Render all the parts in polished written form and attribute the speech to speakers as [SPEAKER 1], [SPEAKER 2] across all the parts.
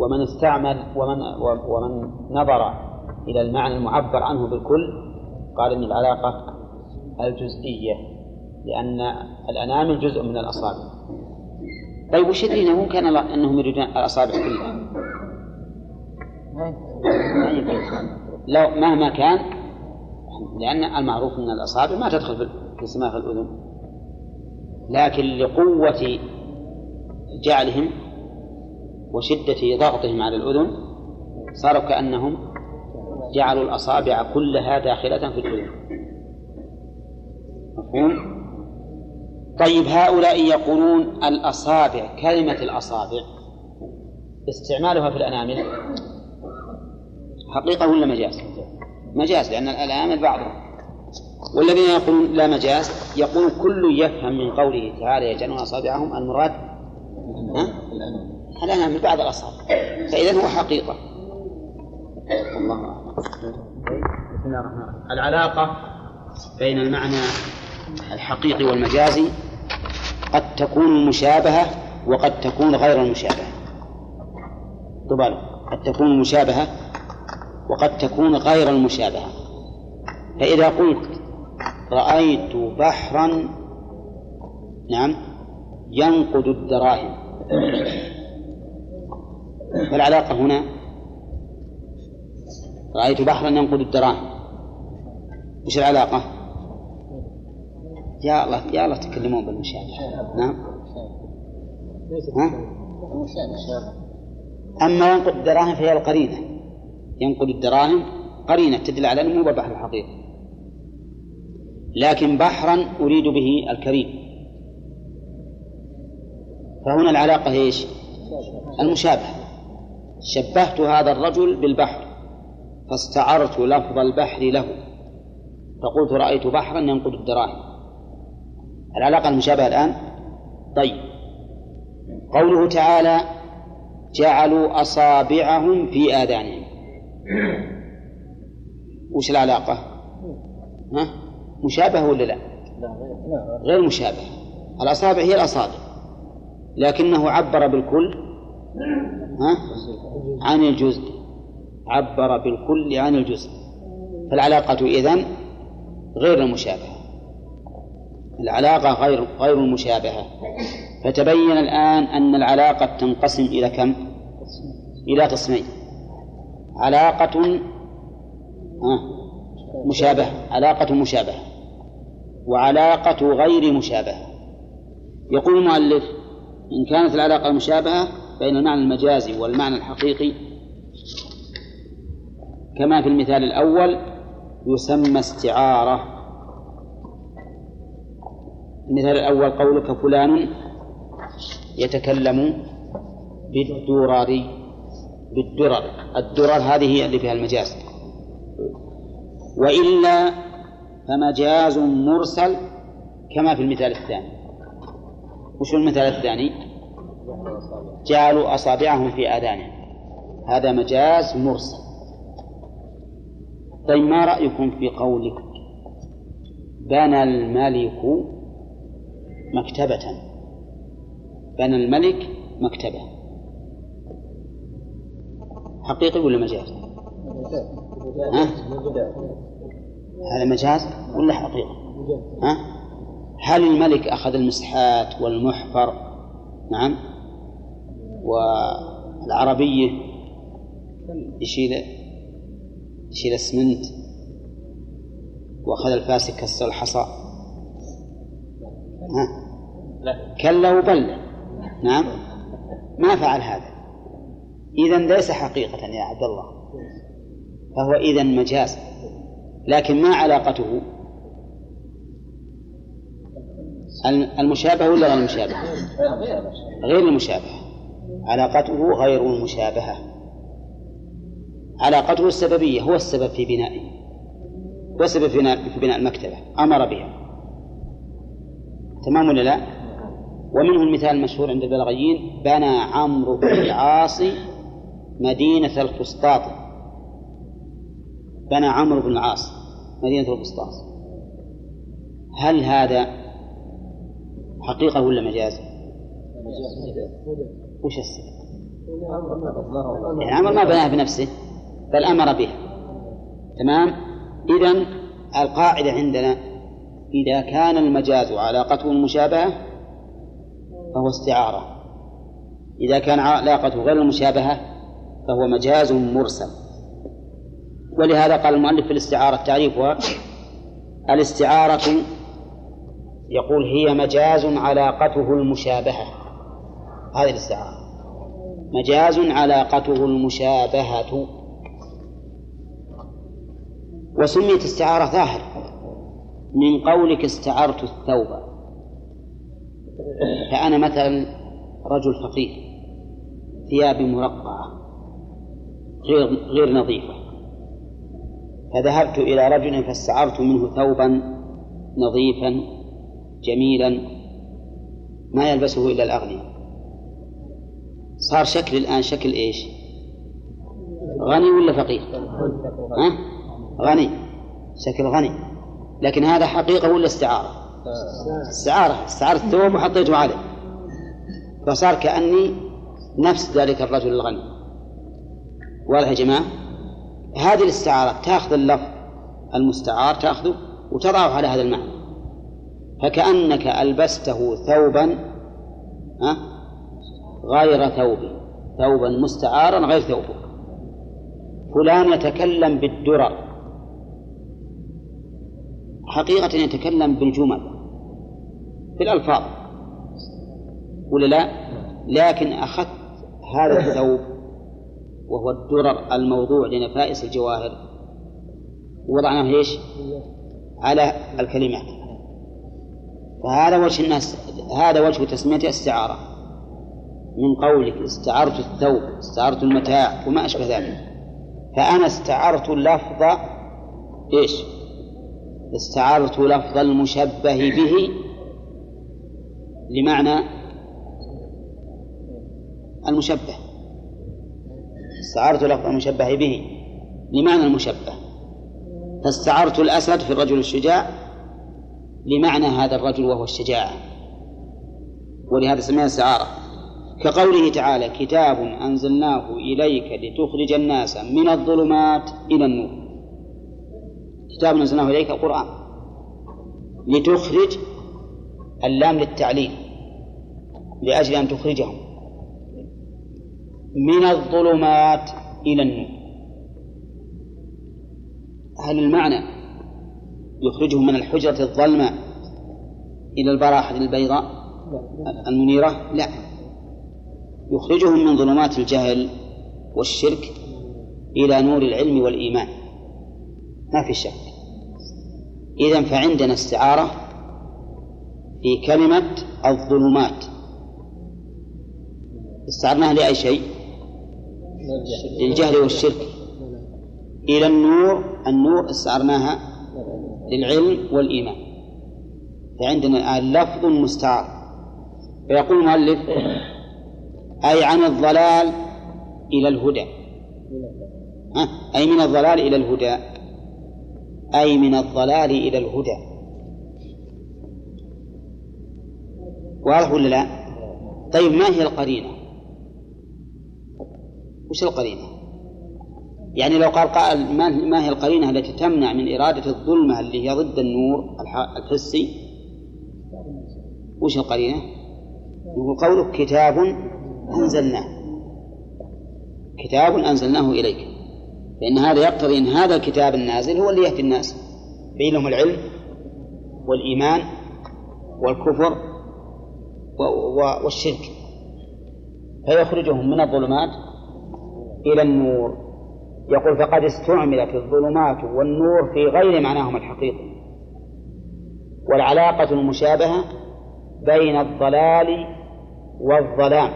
[SPEAKER 1] ومن استعمل ومن نظر إلى المعنى المعبر عنه بالكل قال إن العلاقة الجزئية، لأن الأنامل جزء من الأصابع. طيب وش يدرينا مو كان أنهم يريدون الأصابع كلها؟ لو مهما كان، لأن المعروف أن الأصابع ما تدخل في سماخ الأذن، لكن لقوة جعلهم وشدة ضغطهم على الأذن صاروا كأنهم جعلوا الأصابع كلها داخلة في الأذن. مفهوم؟ طيب هؤلاء يقولون الأصابع، كلمة الأصابع استعمالها في الأنامل حقيقة ولا مجاز؟ مجاز، لأن الأنامل بعضها. والذين يقولون لا مجاز يقول كل يفهم من قوله تعالى يجعلون أصابعهم المراد الأنامل بعض الأصابع، فإذا هو حقيقة. الله أعلم. بسم الله الرحمن الرحيم. العلاقة بين المعنى الحقيقي والمجازي قد تكون مشابهة وقد تكون غير المشابهة. طبعا قد تكون مشابهة وقد تكون غير المشابهة. فإذا قلت رأيت بحرا نعم ينقد الدراهم، فالعلاقة هنا رأيت بحرا ينقد الدراهم، وش العلاقة؟ يا الله تكلمون بالمشابهة. نعم. أما ينقد الدراهم فهي القرينة، ينقد الدراهم قرينة تدل على أنه بحر الحقيقي، لكن بحرا أريد به الكريم، فهنا العلاقة إيش؟ المشابهة. شبهت هذا الرجل بالبحر فاستعرت لفظ البحر له فقلت رأيت بحرا ينقد الدراهم. العلاقة المشابهة الآن. طيب قوله تعالى جعلوا أصابعهم في آذانهم، وش العلاقة؟ مشابهة ولا لا؟ غير مشابهة. الأصابع هي الأصابع، لكنه عبر بالكل عن الجزء، عبر بالكل عن الجزء، فالعلاقة إذن غير المشابهة، العلاقة غير المشابهة. فتبين الآن أن العلاقة تنقسم إلى كم؟ إلى قسمين: علاقة مشابهة، علاقة مشابهة، وعلاقة غير مشابهة. يقول المؤلف إن كانت العلاقة المشابهة بين المعنى المجازي والمعنى الحقيقي كما في المثال الأول يسمى استعارة. المثال الأول قولك فلان يتكلم بالدرر، الدرر هذه اللي فيها المجاز، وإلا فمجاز مرسل كما في المثال الثاني. وش المثال الثاني؟ جعلوا أصابعهم في آذانهم، هذا مجاز مرسل. طيب ما رأيكم في قولك بنى الملك مكتبة؟ بنى الملك مكتبة حقيقي ولا مجاز؟ هذا مجاز ولا حقيقي؟ هل الملك أخذ المسحات والمحفر نعم والعربية يشيل السمنت وأخذ الفاس يكسر الحصى؟ كلا وبل نعم ما فعل هذا. إذن ليس حقيقة يا عبد الله، فهو إذن مجاز. لكن ما علاقته؟ المشابهة ولا غير المشابهة؟ غير المشابهة، علاقته غير المشابهة. علاقته السببية، هو السبب في بنائه، هو السبب في بناء المكتبة، أمر بها. تمام ولا لا؟ ومنه المثال المشهور عند البلاغيين بنى عمرو بن العاص مدينة الفسطاط. بنى عمرو بن العاص مدينة الفسطاط، هل هذا حقيقة ولا مجاز؟ وش السبب؟ يعني أمر ما بناه بنفسه بل أمر به. تمام. إذن القاعدة عندنا إذا كان المجاز علاقته المشابهة فهو استعارة، إذا كان علاقته غير المشابهة فهو مجاز مرسل. ولهذا قال المؤلف في الاستعارة تعريفها: الاستعارة يقول هي مجاز علاقته المشابهة. هذه الاستعارة مجاز علاقته المشابهة. وسميت استعارة ظاهر من قولك استعرت الثوب. فأنا مثلا رجل فقير ثياب مرقعة غير نظيفة، فذهبت إلى رجل فاستعرت منه ثوبا نظيفا جميلا ما يلبسه إلا الأغنياء. صار شكل الآن شكل إيش؟ غني ولا فقير؟ غني، شكل غني. لكن هذا حقيقة ولا استعارة؟ استعارة الثوب وحطيته عليه، فصار كأني نفس ذلك الرجل الغني. واضح يا جماعة؟ هذه الاستعارة تأخذ اللفظ المستعار تأخذه وتضعه على هذا المعنى، فكأنك ألبسته ثوبا غير ثوبه، ثوبا مستعارا غير ثوبه. فلان يتكلم بالدرر، حقيقة يتكلم بالجمل بالألفاظ ولا لا؟ لكن أخذت هذا الثوب وهو الدرر الموضوع لنفائس الجواهر ووضعناه إيش؟ على الكلمات. فهذا وجه الناس، هذا وجه تسميته استعارة، من قولك استعرت الثوب، استعرت المتاع وما أشبه ذلك. فأنا استعرت اللفظ إيش؟ استعرت لفظ المشبه به لمعنى المشبه، استعرت لفظ المشبه به لمعنى المشبه. فاستعرت الأسد في الرجل الشجاع لمعنى هذا الرجل وهو الشجاعة، ولهذا سميها استعارة. كقوله تعالى: كتاب أنزلناه إليك لتخرج الناس من الظلمات إلى النور. كتاب أنزلناه إليك القرآن، لتخرج اللام للتعليل لأجل أن تخرجهم من الظلمات إلى النور. هل المعنى يخرجهم من الحجرة الظلمة إلى البراحة البيضاء المنيرة؟ لا، يخرجهم من ظلمات الجهل والشرك إلى نور العلم والإيمان، ما في شك. إذن فعندنا استعارة في كلمة الظلمات، استعرناها لأي شيء؟ للجهل والشرك. إلى النور استعرناها للعلم والإيمان. فعندنا اللفظ مستعار. فيقول المؤلف: أي عن الضلال إلى الهدى، أي من الضلال إلى الهدى، أي من الضلال إلى الهدى. واضح ولا لا؟ طيب ما هي القرينة؟ وش القرينة؟ يعني لو قال قائل ما هي القرينة التي تمنع من إرادة الظلمة اللي هي ضد النور الحسي؟ وش القرينة؟ يقول قوله كتاب أنزلناه إليك، لأن هذا يقتضي أن هذا الكتاب النازل هو اللي يهدي الناس بينهم العلم والإيمان والكفر والشرك، فيخرجهم من الظلمات إلى النور. يقول: فقد استعملت الظلمات والنور في غير معناهما الحقيقي، والعلاقة المشابهة بين الضلال والظلام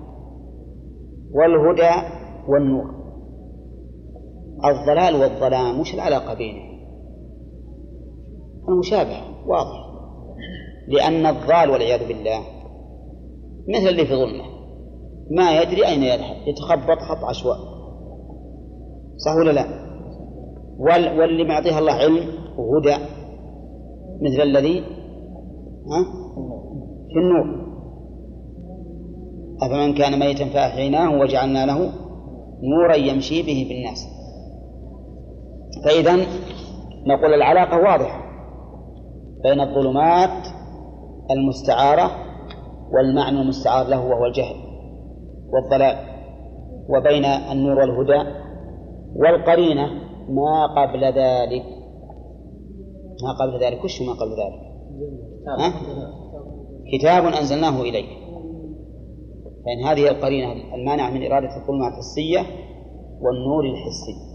[SPEAKER 1] والهدى والنور. الضلال والظلام وش العلاقة بينهم؟ المشابهة واضح، لأن الضال والعياذ بالله مثل اللي في ظلمه ما يدري أين يذهب، يتخبط خط عشواء، صح ولا لا؟ واللي معطيها الله علم وهدى مثل الذي في النور. أفمن كان ميتا فأحييناه وجعلنا له نورا يمشي به في الناس. فإذن نقول العلاقة واضحة بين الظلمات المستعارة والمعنى المستعار له وهو الجهل والضلال، وبين النور والهدى، والقرينة ما قبل ذلك. ما قبل ذلك وش ما قبل ذلك؟ كتاب أنزلناه إليك. فإن هذه القرينة المانعة من إرادة الظلمة الحسية والنور الحسي.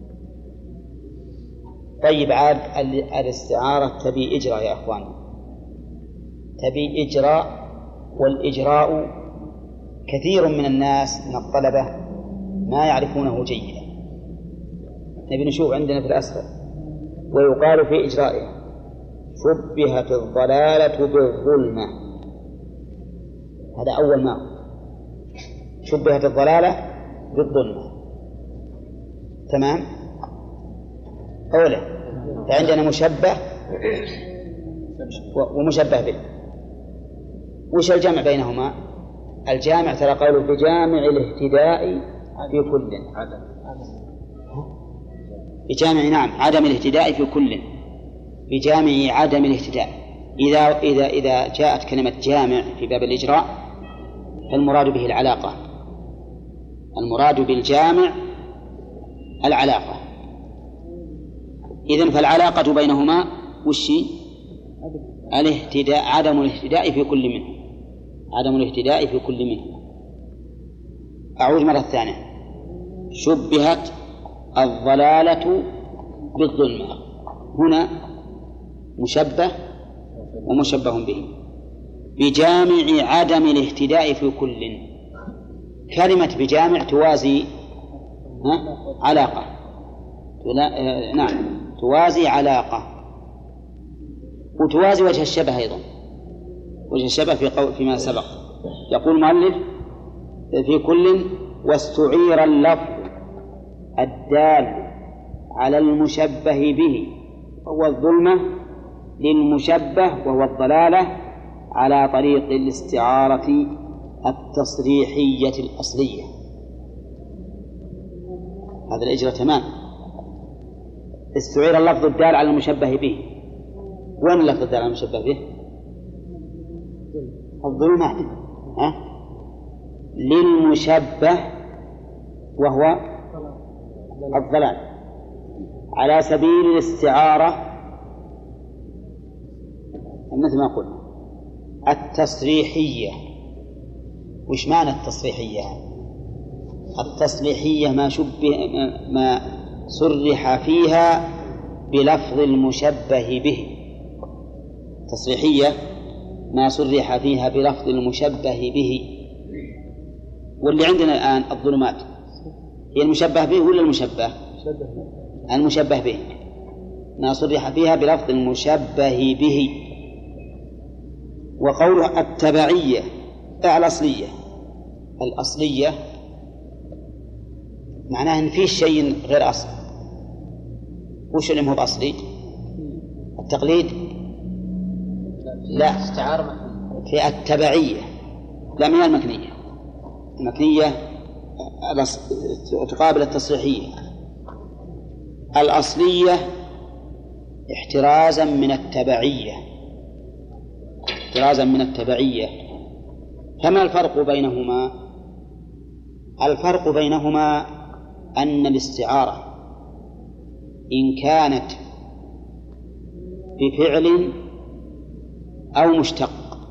[SPEAKER 1] طيب عاد الاستعارة تبي إجراء يا أخوان، تبي إجراء، والإجراء كثير من الناس من الطلبة ما يعرفونه جيدا. نبي نشوف عندنا في الأسفل ويقال في إجرائها شبهت الضلالة بالظلمة. هذا أول ما شبهت الضلالة بالظلمة. تمام؟ أولا فعندنا مشبه ومشبه به. وش الجمع بينهما؟ الجامع ترى قوله بجامع الاهتداء في كل، بجامع نعم عدم الاهتداء في كل، بجامع عدم الاهتداء. إذا جاءت كلمة جامع في باب الإجراء فالمراد به العلاقة، المراد بالجامع العلاقة. إذن فالعلاقة بينهما وش؟ الاهتداء، عدم الاهتداء في كل منه، عدم الاهتداء في كل منه. أعود مرة ثانية، شبهت الضلالة بالظلمة، هنا مشبه ومشبه به، بجامع عدم الاهتداء في كل. كلمة بجامع توازي علاقة، نعم توازي علاقة، وتوازي وجه الشبه أيضا، وجه الشبه فيما سبق. يقول المؤلف في كل واستعير اللفظ الدال على المشبه به وهو الظلمة للمشبه وهو الضلالة على طريق الاستعارة التصريحية الأصلية. هذا الإجراء تمام. استعير اللفظ الدال على المشبه به. وين اللفظ الدال على المشبه به؟ الظلمات للمشبه وهو الضلال على سبيل الاستعارة، مثل ما قلنا التصريحية. وش معنى التصريحية؟ التصريحية ما صرح فيها بلفظ المشبه به. تصريحية ما صرح فيها بلفظ المشبه به. واللي عندنا الآن الظلمات هي المشبه به ولا المشبه؟ المشبه به، ما صرح فيها بلفظ المشبه به. وقوله التبعية الأصلية، الأصلية معناه أن فيه شيء غير أصل. وش اللي هو بأصلي؟ التقليد؟ لا، في التبعية، لا من المكنية. المكنية تقابل التصريحية. الأصلية احترازا من التبعية، احترازا من التبعية. فما الفرق بينهما؟ الفرق بينهما أن الاستعارة إن كانت بفعل أو مشتق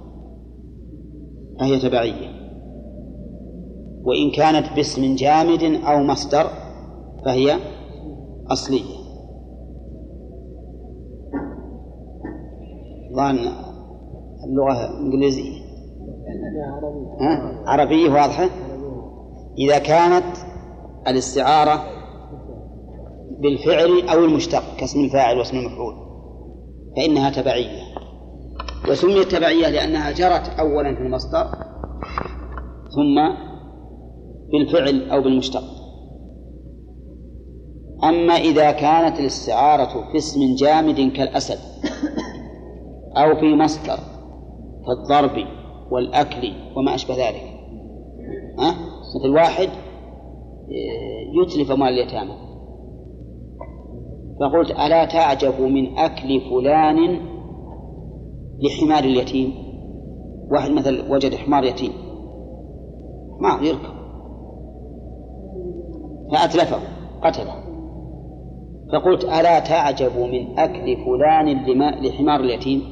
[SPEAKER 1] فهي تبعية، وإن كانت باسم جامد أو مصدر فهي أصلية. ظن اللغة الإنجليزية عربية واضحة. إذا كانت الاستعارة بالفعل أو المشتق كاسم الفاعل واسم المفعول فإنها تبعية، وسميت تبعية لأنها جرت أولا في المصدر ثم بالفعل أو بالمشتق. أما إذا كانت الاستعارة في اسم جامد كالأسد أو في مصدر كالضرب والأكل وما أشبه ذلك مثل واحد يتلف مال اليتامى، فقلت ألا تعجب من أكل فلان لحمار اليتيم. واحد مثل وجد حمار يتيم، حمار يركب فأتلفه قتله، فقلت ألا تعجب من أكل فلان لحمار اليتيم.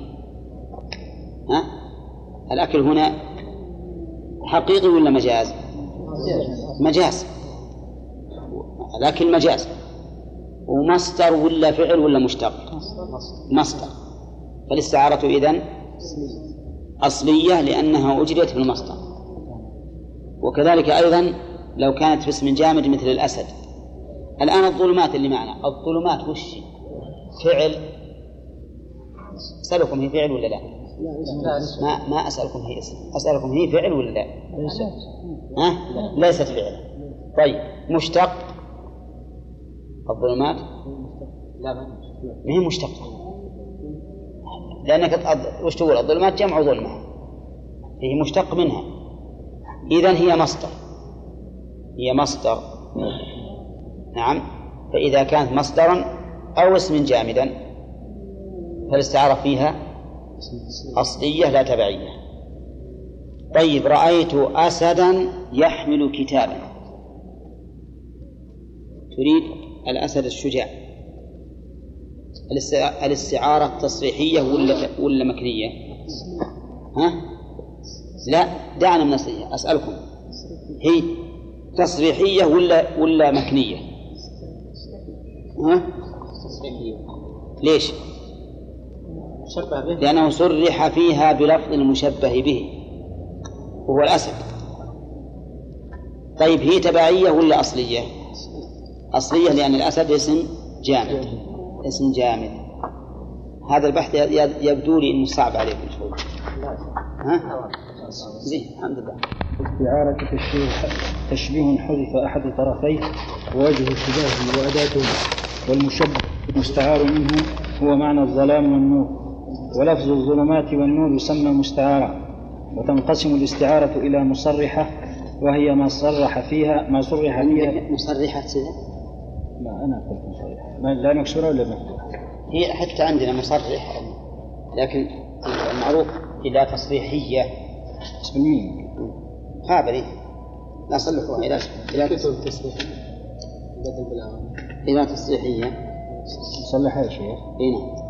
[SPEAKER 1] الأكل هنا حقيقي ولا مجاز؟ مجاز. الأكل مجاز. ومصدر ولا فعل ولا مشتق؟ مصدر. فالاستعارة إذن أصلية لأنها أجريت في المصدر. وكذلك أيضا لو كانت في اسم جامد مثل الأسد. الآن الظلمات اللي معنا، الظلمات وش فعل؟ أسألكم هي فعل ولا لا؟ ما أسألكم هي اسم، أسألكم هي فعل ولا لا؟ ليست فعل. طيب مشتق الظلمات؟ لا ما هي مشتقة، لأنك وش تقول؟ الظلمات جمع ظلمة، هي مشتق منها، إذن هي مصدر، هي مصدر. نعم. فإذا كانت مصدرا أو اسم جامدا فالاستعارة فيها أصلية لا تبعية. طيب رأيت أسدا يحمل كتابا، تريد الأسد الشجاع. الاستعارة تصريحية ولا مكنية؟ لا، دعنا من التصريح. أسألكم هي تصريحية ولا مكنية؟ تصريحية. ليش؟ مشبه به، لأنه صرح فيها بلفظ المشبه به وهو الأسد. طيب هي تبعية ولا أصلية؟ أصلية، لأن الأسد اسم جامد، اسم جامد. هذا البحث يبدو لي إنه صعب عليكم شوي. زين الحمد لله.
[SPEAKER 2] استعارة تشبيه حذف أحد طرفيه ووجه الشباه وأداته، والمشبه المستعار منه هو معنى الظلام والنور، ولفظ الظلمات والنور يسمى مستعارة. وتنقسم الاستعارة إلى مصرحة وهي ما صرح فيها
[SPEAKER 1] مصرحة
[SPEAKER 2] ما أنا قلت مصرحة، لا مكسورة ولا مفتوحة؟
[SPEAKER 1] هي حتى عندنا مصرح، لكن المعروف إلى تصريحية
[SPEAKER 2] اسم الميم
[SPEAKER 1] قابلي لا صلحوها إلى تصريحية
[SPEAKER 2] صلحها يا شيخ.
[SPEAKER 1] نعم.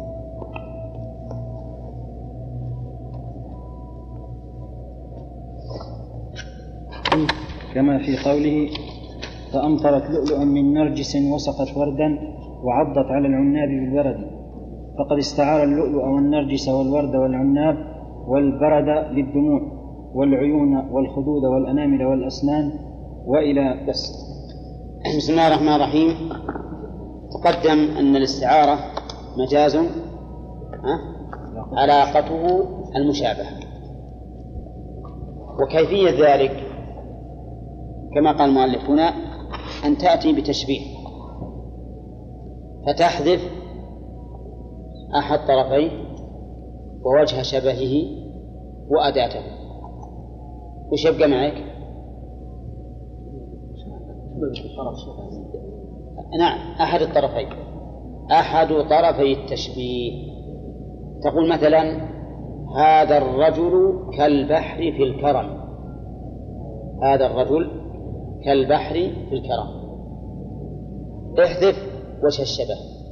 [SPEAKER 2] كما في قوله فأمطرت لؤلؤا من نرجس وسقت وردا وعضت على العناب بالبرد، فقد استعار اللؤلؤ والنرجس والورد والعناب والبرد للدموع والعيون والخدود والأنامل والأسنان وإلى بس.
[SPEAKER 1] بسم الله الرحمن الرحيم. تقدم أن الاستعارة مجاز علاقته المشابهة، وكيفية ذلك كما قال المؤلف هنا أن تأتي بتشبيه فتحذف أحد طرفيه ووجه شبهه وأداته، وش يبقى معك؟ نعم، أحد الطرفين، أحد طرفي التشبيه. تقول مثلا هذا الرجل كالبحر في الكرم، هذا الرجل كالبحر في الكرم، احذف وجه الشبه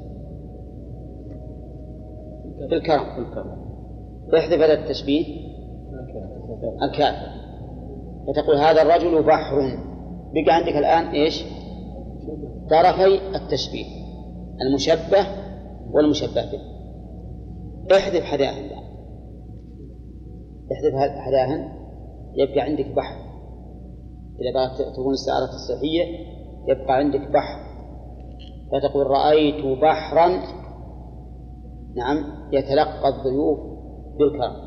[SPEAKER 1] في الكرم، احذف هذا التشبيه الكافر، فتقول هذا الرجل بحر. بقى عندك الآن إيش؟ طرفي التشبيه المشبه والمشبه به. احذف حداهن، احذف حداهن يبقى عندك بحر. إذا بغيت تكون استعارة تصريحية يبقى عندك بحر، فتقول رأيت بحرا نعم يتلقى الضيوف بالكرم.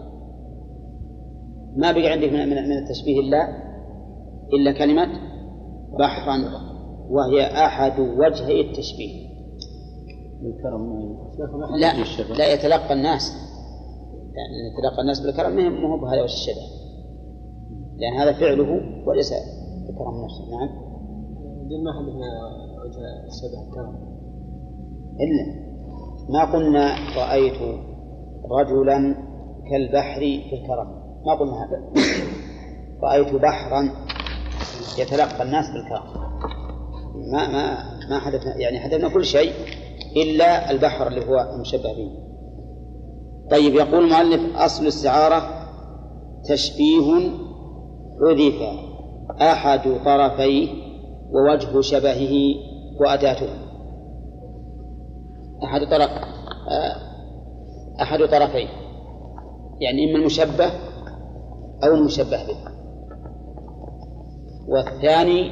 [SPEAKER 1] ما بقى عندك من التشبيه إلا كلمة بحرا، وهي أحد وجهي التشبيه. لا يتلقى الناس، يعني يتلقى الناس بالكرم ما هو بهذا وجه الشبه، لأن هذا فعله وليس الكرم نفسه. نعم.
[SPEAKER 3] دين ما حدثنا وجه الشبه الكرم
[SPEAKER 1] إلا ما قلنا رأيت رجلا كالبحر في الكرم، ما قلنا هذا. رأيت بحرا يتلقى الناس بالكرم، ما حدثنا، يعني حدثنا كل شيء إلا البحر اللي هو المشبه به. طيب، يقول المؤلف: أصل الاستعارة تشبيه حذف أحد طرفيه ووجه شبهه وأداته. أحد طرفيه يعني إما المشبه أو المشبه به، والثاني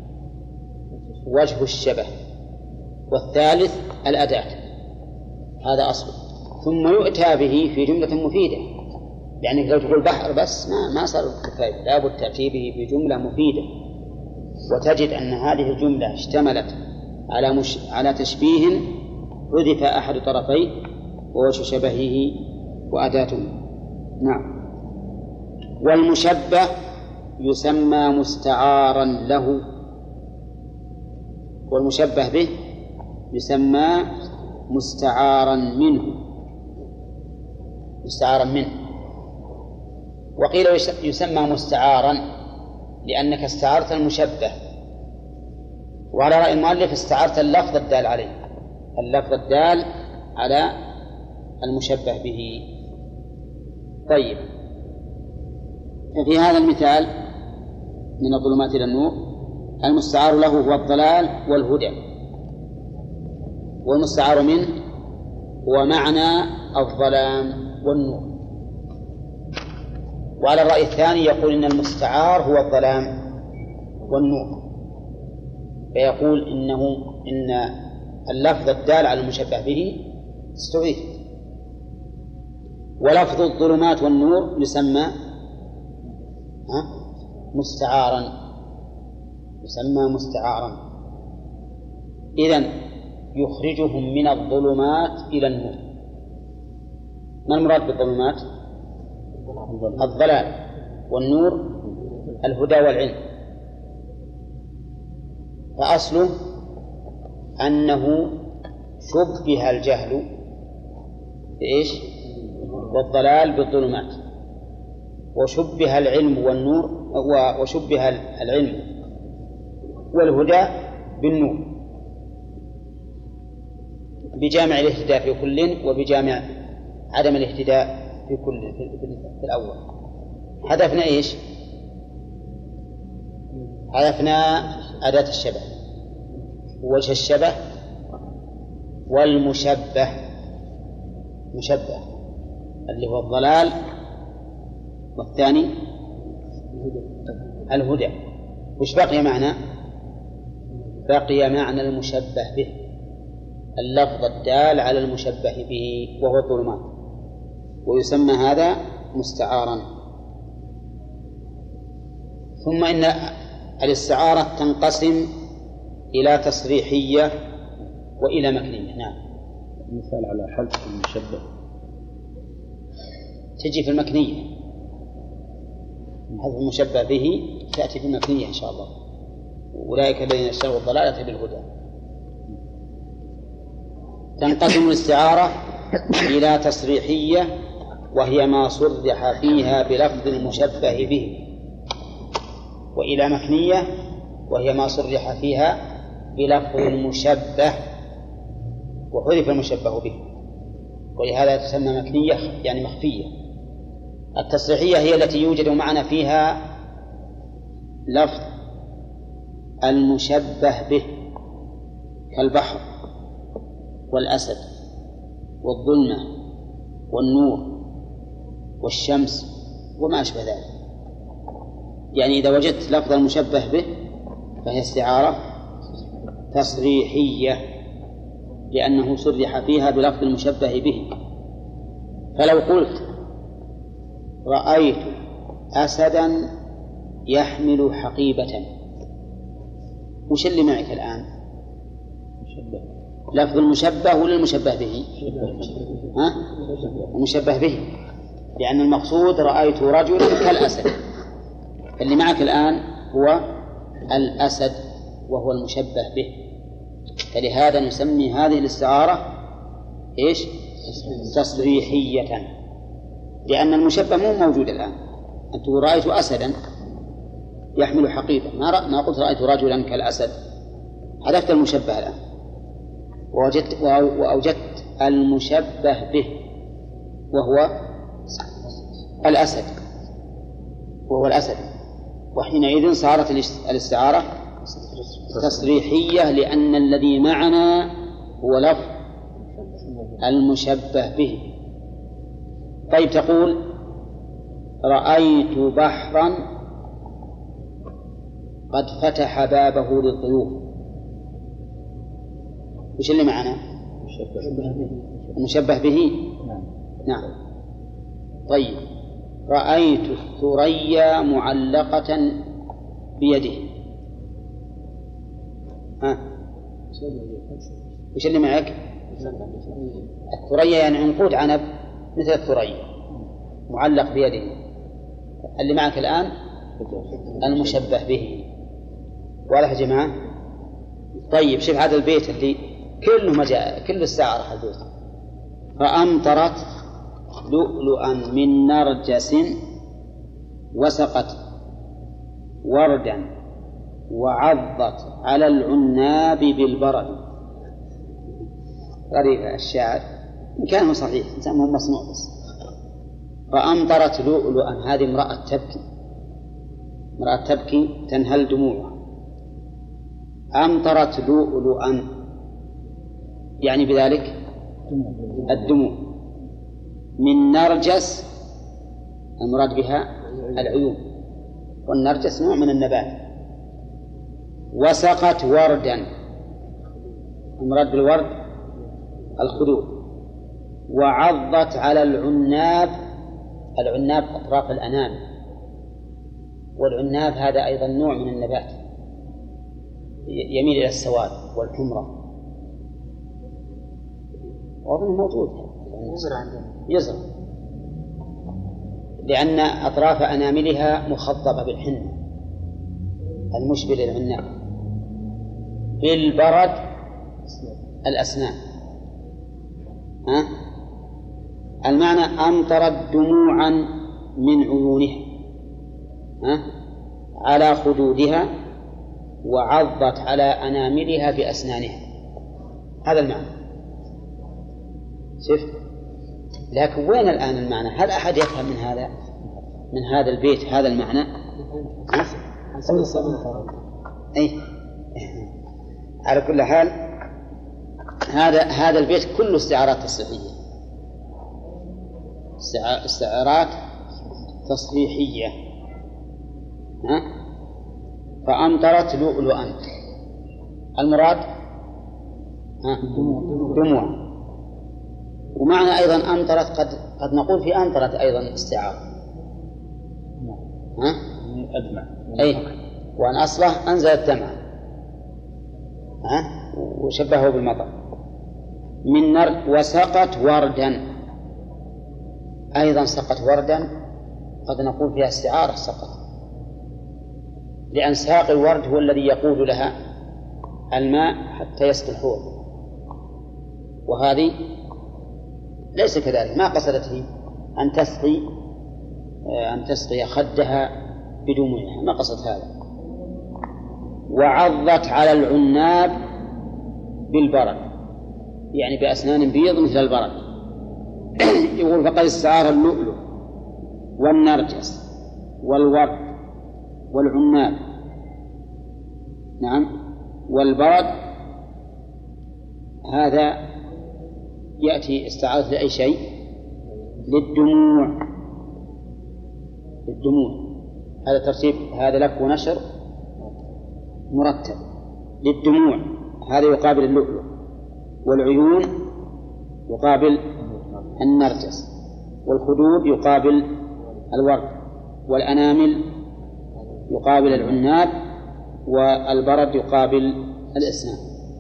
[SPEAKER 1] وجه الشبه، والثالث الأداة. هذا أصله، ثم يؤتى به في جملة مفيدة. يعني لو تقول بحر بس ما صار كفاية، لا بد تأتي به بجملة مفيدة، وتجد أن هذه الجملة اشتملت على تشبيه حذف أحد طرفيه ووجه شبهه وأداته. نعم. والمشبه يسمى مستعارا له، والمشبه به يسمى مستعارا منه. وقيل يسمى مستعارا لأنك استعارت المشبه، وعلى رأي المؤلف استعارت اللفظ الدال عليه، اللفظ الدال على المشبه به. طيب، ففي هذا المثال من الظلمات إلى النور المستعار له هو الضلال والهدى، والمستعار منه هو معنى الظلام والنور. وعلى الرأي الثاني يقول إن المستعار هو الظلام والنور، فيقول إن اللفظ الدال على المشبه به استعيد. ولفظ الظلمات والنور يسمى مستعارا. إذن يخرجهم من الظلمات إلى النور. ما المراد بالظلمات؟ الضلال، والنور الهدى والعلم. فأصله أنه شبه الجهل بإيش؟ والضلال بالظلمات، وشبه العلم والنور، وشبه العلم والهدى بالنور، بجامع الاهتداء في كل، وبجامع عدم الاهتداء في كل. في الأول حذفنا إيش؟ حذفنا أداة الشبه ووجه الشبه والمشبه، مشبه اللي هو الضلال، والثاني الهدى. وش بقي معنا؟ بقي معنى المشبه به، اللفظ الدال على المشبه به وهو الظلمات، ويسمى هذا مستعارا. ثم إن الاستعارة تنقسم إلى تصريحية وإلى مكنية. نعم.
[SPEAKER 2] مثال على حذف المشبه
[SPEAKER 1] تجي في المكنية، حذف المشبه به تأتي في المكنية إن شاء الله. أولئك الذين اشتروا الضلالة بالهدى. تنقسم الاستعارة إلى تصريحية وهي ما صرح فيها بلفظ المشبه به، وإلى مكنية وهي ما صرح فيها بلفظ المشبه وحذف المشبه به، ولهذا تسمى مكنية يعني مخفية. التصريحية هي التي يوجد معنى فيها لفظ المشبه به كالبحر والأسد والظلمة والنور والشمس وما أشبه ذلك. يعني إذا وجدت لفظ المشبه به فهي استعارة تصريحية لأنه صرح فيها بلفظ المشبه به. فلو قلت رأيت أسدا يحمل حقيبة، وش اللي معك الآن؟ لفظ المشبه ولا المشبه به؟ المشبه به، لأن المقصود رأيت رجلا كالأسد. اللي معك الآن هو الأسد وهو المشبه به، فلهذا نسمي هذه الاستعارة إيش؟ تصريحية، لأن المشبه مو موجود الآن. أنت رأيت أسدا يحمل حقيبة، ما قلت رأيت رجلا كالأسد، حذفت المشبه الآن وأوجدت المشبه به وهو الأسد، وحينئذ صارت الاستعارة تصريحية، لأن الذي معنا هو لفظ المشبه به. طيب تقول رأيت بحرا قد فتح بابه للضيوف، وش اللي معنا؟ المشبه به. نعم. طيب رأيت الثريا معلقة بيده، وش اللي معك؟ الثريا يعني عنقود عنب مثل الثريا معلق بيده. اللي معك الآن المشبه به. واضح يا جماعة؟ طيب شوف هذا البيت اللي كله مجاء، كله استعارة البيت. فأمطرت لؤلؤا من نرجس وسقت وردا وعضت على العناب بالبرد. غريب الشاعر، إن كان صحيح إنسان مو مصنوع بس. فأمطرت لؤلؤا، هذه امرأة تبكي تنهل دموعها. أمطرت لؤلؤا يعني بذلك الدموع. من نرجس المراد بها العيون، والنرجس نوع من النبات. وسقت وردا، المراد بالورد الخدود. وعضت على العناب أطراف الأنام، والعناب هذا أيضا نوع من النبات يميل إلى السواد والحمرة، وأظن موجود يزرع، لأن أطراف أناملها مخضبة بالحنة المشبه للعناب. بالبرد الأسنان. المعنى أمطرت دموعا من عيونها على خدودها وعضت على أناملها بأسنانها. هذا المعنى. شوف، لكن وين الآن المعنى؟ هل أحد يفهم من هذا البيت هذا المعنى؟ أي على كل حال هذا البيت كله استعارات تصريحية، استعارات تصريحية. فأمطرت لؤلؤا، المراد دموع. ومعنى أيضا أمطرت قد نقول في أمطرت أيضا استعارة.
[SPEAKER 2] أدمع.
[SPEAKER 1] أي، وأن أصله أنزل الدمع وشبهه بالمطر. من وسقت وردا، أيضا سقت وردا قد نقول فيها استعارة سقط، لأن ساق الورد هو الذي يقود لها الماء حتى يسقي الحوض، وهذه ليس كذلك، ما قصدت هي أن تسقي خدها بدموعها، ما قصدت هذا. وعضت على العناب بالبرد، يعني بأسنان بيض مثل البرد. يقول فقد استعار اللؤلؤ والنرجس والورد والعناب، نعم، والبرد. هذا يأتي استعارة لأي شيء، للدموع. هذا ترتيب، هذا لك ونشر مرتب. للدموع هذا يقابل اللؤلؤ، والعيون يقابل النرجس، والخدود يقابل الورد، والأنامل يقابل العناب، والبرد يقابل الأسنان.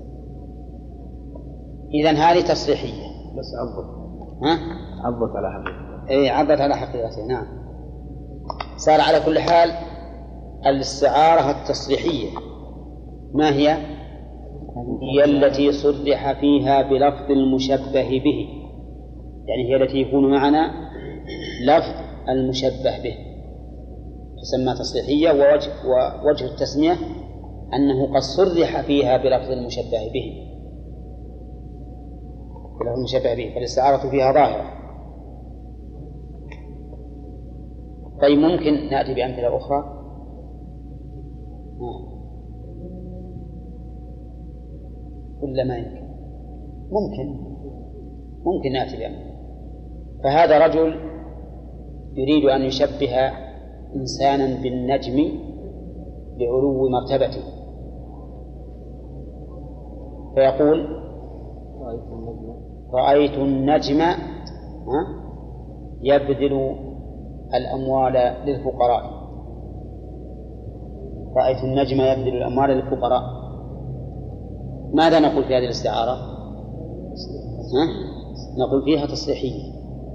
[SPEAKER 1] إذن هذه تصريحية،
[SPEAKER 2] بس عضت على حقيقة.
[SPEAKER 1] عضت على حقيقته. نعم. صار على كل حال الاستعارة التصريحية ما هي؟ هي التي صرح فيها بلفظ المشبه به، يعني هي التي يكون معنا لفظ المشبه به تسمى تصريحية. ووجه التسمية أنه قد صرح فيها بلفظ المشبه به، بلفظ المشبه به، فالاستعارة فيها ظاهرة. طيب ممكن نأتي بأمثلة أخرى؟ ولا ما يمكن؟ ممكن نأتي بأمثلة. فهذا رجل يريد أن يشبه إنسانا بالنجم لعلو مرتبته، فيقول رأيت النجم يبذل الأموال للفقراء. رأيت النجم يبذل الأموال للفقراء. ماذا نقول في هذه الاستعارة؟ نقول فيها تصريحية،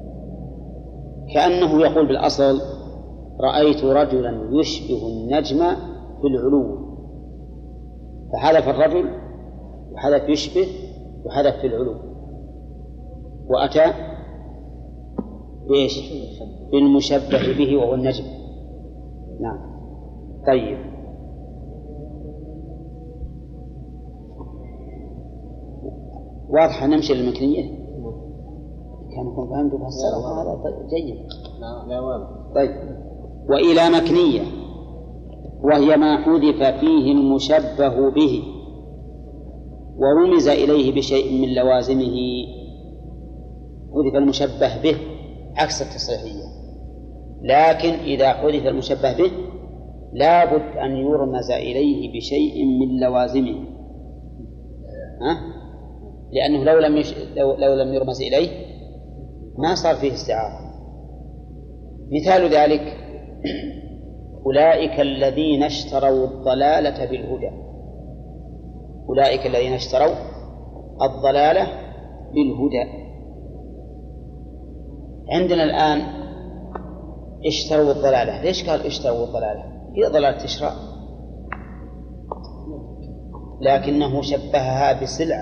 [SPEAKER 1] كأنه يقول بالأصل رأيت رجلا يشبه النجم في العلو، فحذف الرجل وحذف يشبه وحذف في العلو، وأتى بإيش؟ بالمشبه به وهو النجم. نعم. طيب واضح. نمشي للمكنية. كان يكون فهمت بهالسنة هذا جيد.
[SPEAKER 3] لا واضح.
[SPEAKER 1] طيب وإلى مكنية وهي ما حذف فيه المشبه به ورمز إليه بشيء من لوازمه. حذف المشبه به عكس التصريحية، لكن إذا حذف المشبه به لا بد أن يرمز إليه بشيء من لوازمه، لأنه لو لم يرمز إليه ما صار فيه استعارة. مثال ذلك أولئك الذين اشتروا الضلالة بالهدى. أولئك الذين اشتروا الضلالة بالهدى. عندنا الآن اشتروا الضلالة. ليش قال اشتروا الضلالة؟ هي ضلالة شراء، لكنه شبهها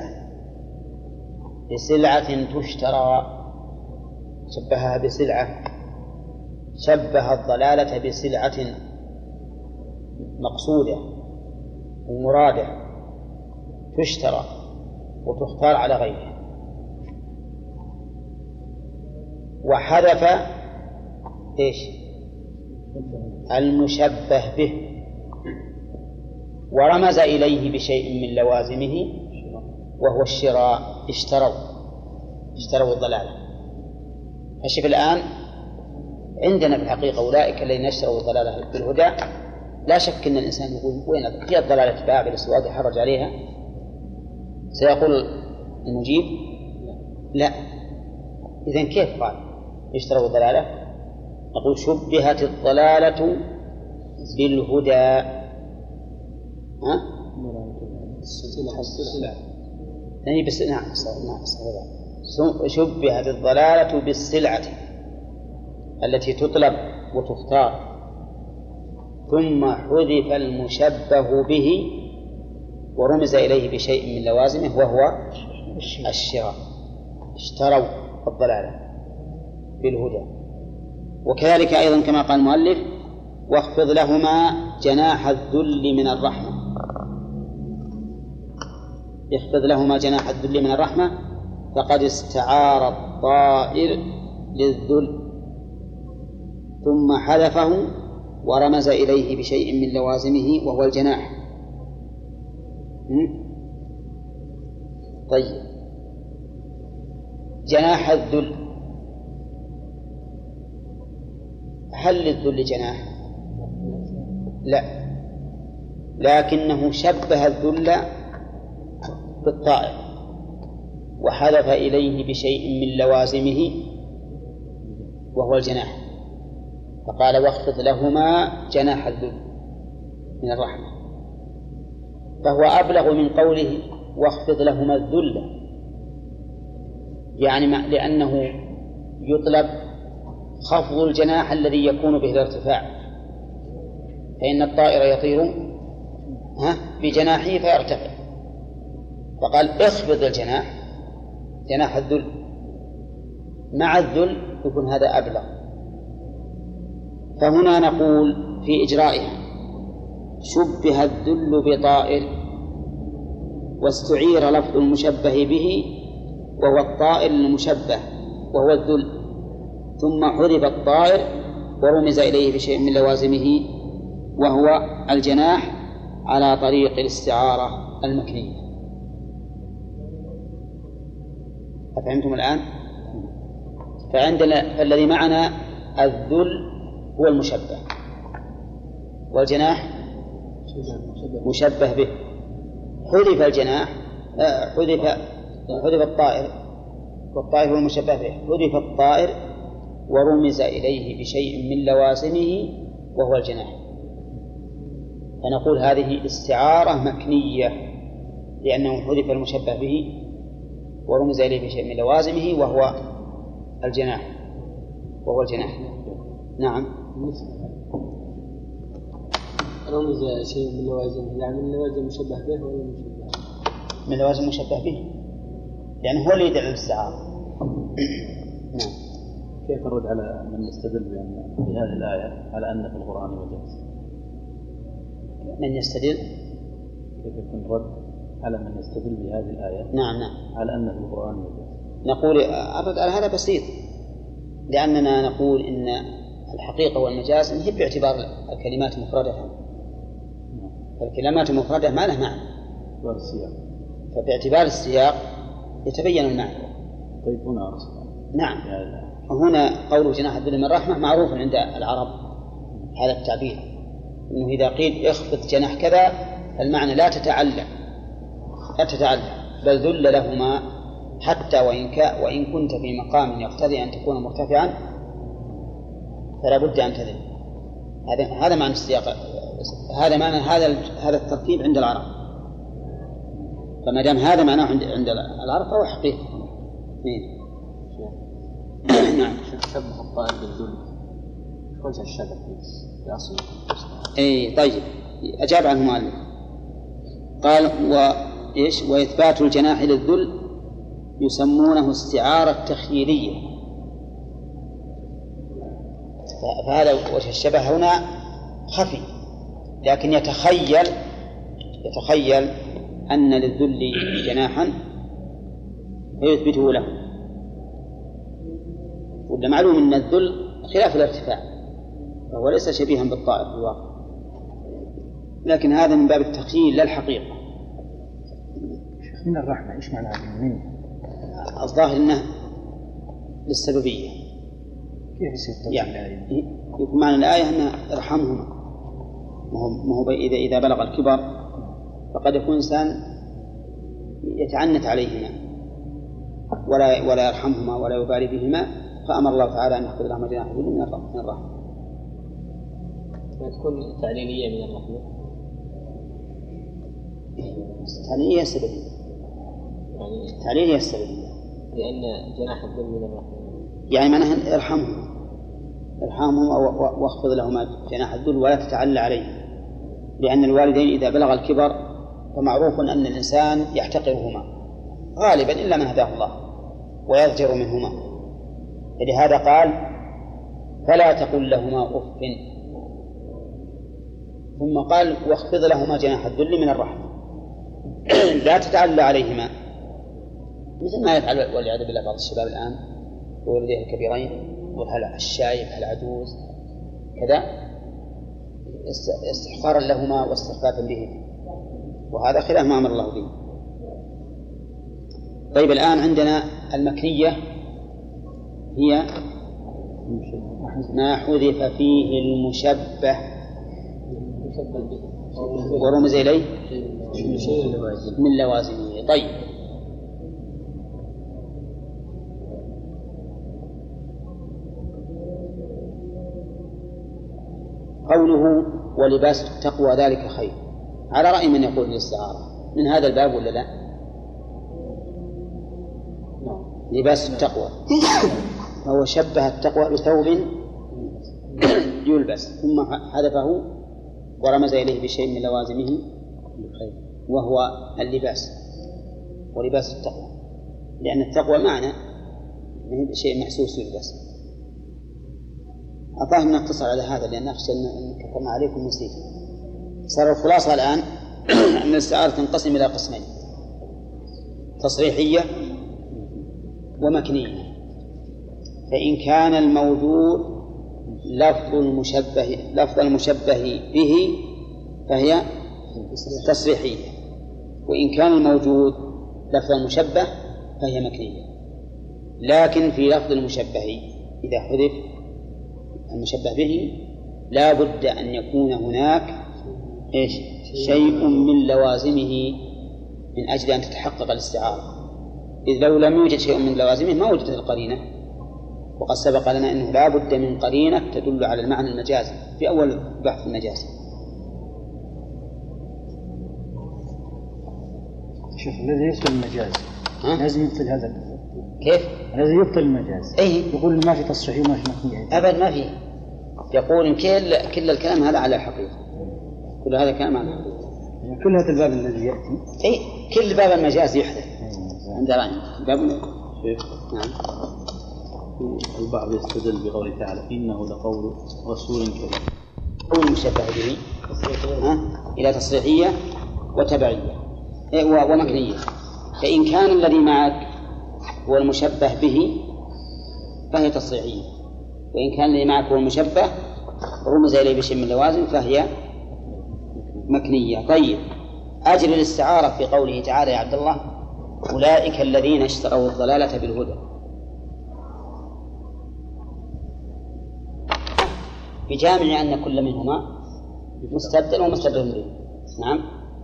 [SPEAKER 1] بسلعة تشترى. شبهها بسلعة، شبه الضلالة بسلعة مقصودة ومرادة تشترى وتختار على غيرها. وحذف إيش؟ المشبه به ورمز إليه بشيء من لوازمه وهو الشراء. اشتروا الضلالة. فشوف الآن عندنا في الحقيقة أولئك الذين اشتروا الضلالة بالهدى، لا شك أن الإنسان يقول وين هي الضلالة تباع بالأسواق يحرج عليها؟ سيقول المجيب لا. إذن كيف قال اشتروا الضلالة؟ نقول شبهت الضلالة بالهدى. يعني بس نعم شبهت الضلالة بالسلعة التي تطلب وتختار، ثم حذف المشبه به ورمز إليه بشيء من لوازمه وهو الشراء. اشتروا الضلالة بالهدى. وكذلك أيضا كما قال المؤلف واخفض لهما جناح الذل من الرحمة. اخفض لهما جناح الذل من الرحمة فقد استعار الطائر للذل ثم حذفه ورمز إليه بشيء من لوازمه وهو الجناح. طيب جناح الذل، هل للذل جناح؟ لا، لكنه شبه الذل بالطائر وحذف إليه بشيء من لوازمه وهو الجناح، فقال واخفض لهما جناح الذل من الرحمة، فهو أبلغ من قوله واخفض لهما الذل، يعني لأنه يطلب خفض الجناح الذي يكون به الارتفاع، فإن الطائر يطير بجناحه فيرتفع، فقال اخفض الجناح، جناح الذل مع الذل يكون هذا أبلغ. فهنا نقول في إجرائها شبه الذل بطائر واستعير لفظ المشبه به وهو الطائر المشبه وهو الذل، ثم حذف الطائر ورمز إليه بشيء من لوازمه وهو الجناح على طريق الاستعارة المكنية. أفهمتم الآن؟ فالذي معنا الذل هو المشبه والجناح مشبه به، حذف الجناح حذف الطائر والطائر هو المشبه به، حذف الطائر ورمز إليه بشيء من لوازمه وهو الجناح، فنقول هذه استعارة مكنية لأنه حذف المشبه به ورمز إليه بشيء من لوازمه وهو الجناح نعم.
[SPEAKER 3] رمز شيء من لوازمه، يعني من لوازم المشبه به ولا المشبه؟
[SPEAKER 1] من لوازم المشبه به، لأنه هو اللي يدعي الاستعارة. نعم.
[SPEAKER 4] كيف الرد على من يستدل بهذه الآية على أن في القرآن مجاز؟
[SPEAKER 1] من يستدل؟
[SPEAKER 4] كيف يكون الرد على من يستدل بهذه الآية؟
[SPEAKER 1] نعم
[SPEAKER 4] على أن في القرآن مجاز.
[SPEAKER 1] نقول الرد على هذا بسيط، لأننا نقول إن الحقيقة والمجاز هي باعتبار الكلمات مفردة، فالكلمات المفردة ما لها معنى، فباعتبار السياق يتبين المعنى.
[SPEAKER 4] طيب هنا
[SPEAKER 1] نعم، هنا قوله جناح الذل من الرحمة معروف عند العرب هذا التعبير، إنه إذا قيل اخفض جناح كذا المعنى لا تتعلم بل ذل لهما حتى وإن كنت في مقام يقتضي أن تكون مرتفعا فلا بد أن تذل. هذا معنى السياق، هذا معنى هذا الترتيب عند العرب، فما دام هذا معناه عند العرب فهو حقيقي.
[SPEAKER 3] نعم. شبه الطائر بالذل، وجه الشبه في أصل.
[SPEAKER 1] طيب أجاب عنه مؤلف قال وإثبات الجناح للذل يسمونه استعارة تخييلية، فهذا وجه الشبه هنا خفي، لكن يتخيل أن للذل جناحا فيثبته له، وده معلوم أن الذل خلاف الارتفاع فهو ليس شبيها بالطائر في الواقع، لكن هذا من باب التخييل لا الحقيقة.
[SPEAKER 2] من الرحمة إيش معنى من؟
[SPEAKER 1] الظاهر أنه للسببية.
[SPEAKER 2] كيف يصير
[SPEAKER 1] يعني يكون معنى الآية أن ارحمهما، ما هو إذا بلغ الكبر فقد يكون إنسان يتعنت عليهما ولا يرحمهما ولا يبالي بهما، فأمر الله تعالى أن يخفض لهما جناح الذل من الرحمة.
[SPEAKER 3] تكون تعليلية من الرحمة،
[SPEAKER 1] تعليلية السببية، يعني تعليلية السببية،
[SPEAKER 3] لأن جناح الذل من الرحمة
[SPEAKER 1] يعني معناها ارحمهما واخفض لهما جناح الذل ولا تتعلى عليه، لأن الوالدين إذا بلغ الكبر فمعروف أن الإنسان يحتقرهما غالبا إلا من هداه الله ويضجر منهما، فلهذا قال فلا تقل لهما أف، ثم قال واخفض لهما جناح الذل من الرحمة لا تتعلى عليهما، مثل ما يفعل والعياذ بالله بعض الشباب الآن وولديه الكبيرين وهل الشايب هل عجوز كذا استحقارا لهما واستخفافا بهم، وهذا خلاف ما أمر الله به. طيب الآن عندنا المكنية هي ما حذف فيه المشبه ورمز إليه من لوازمه. طيب قوله ولباس التقوى ذلك خير، على رأي من يقول الاستعارة من هذا الباب ولا لا؟ لباس التقوى فهو شبه التقوى بثوب يلبس ثم حذفه ورمز إليه بشيء من لوازمه وهو اللباس ولباس التقوى، لأن التقوى معنى شيء محسوس يلبس. أفهم نقتصر على هذا لأن أخشى أن كفرنا عليكم نسيت. صار الخلاصة الآن أن الاستعارة تنقسم إلى قسمين: تصريحية ومكنية. فإن كان الموجود لفظ المشبه به فهي تصريحية، وإن كان الموجود لفظ المشبه فهي مكنية. لكن في لفظ المشبه إذا حذف المشبه به لا بد أن يكون هناك شيء من لوازمه من أجل أن تتحقق الاستعارة، إذ لو لم يوجد شيء من لوازمه ما وجدت القرينة. وقد سبق لنا أنه لا بد من قرينة تدل على المعنى المجازي في أول بحث المجاز.
[SPEAKER 2] شوف الذي يبطل المجاز لازم يبطل هذا.
[SPEAKER 1] كيف؟
[SPEAKER 2] الذي يبطل المجاز يقول ما في تصحيح وما في مكنية.
[SPEAKER 1] أبدا ما في. يقول كل الكلام هذا على الحقيقة، كل هذا كلام على الحقيقة.
[SPEAKER 2] كل هذا الباب الذي يأتي
[SPEAKER 1] كل باب المجاز يحدث عند باب. نعم.
[SPEAKER 4] البعض يستدل بقوله تعالى إنه لقول رسول كريم،
[SPEAKER 1] قول المشبه به إلى تصريحية وتبعية ومكنية. فإن كان الذي معك هو المشبه به فهي تصريحية، وإن كان الذي معك هو المشبه رمز إليه بشيء من اللوازم فهي مكنية. طيب، أجل الاستعارة في قوله تعالى يا عبد الله أولئك الذين اشتروا الضلالة بالهدى، بجامع أن كل منهما مستبدل ومستبدل به. نعم.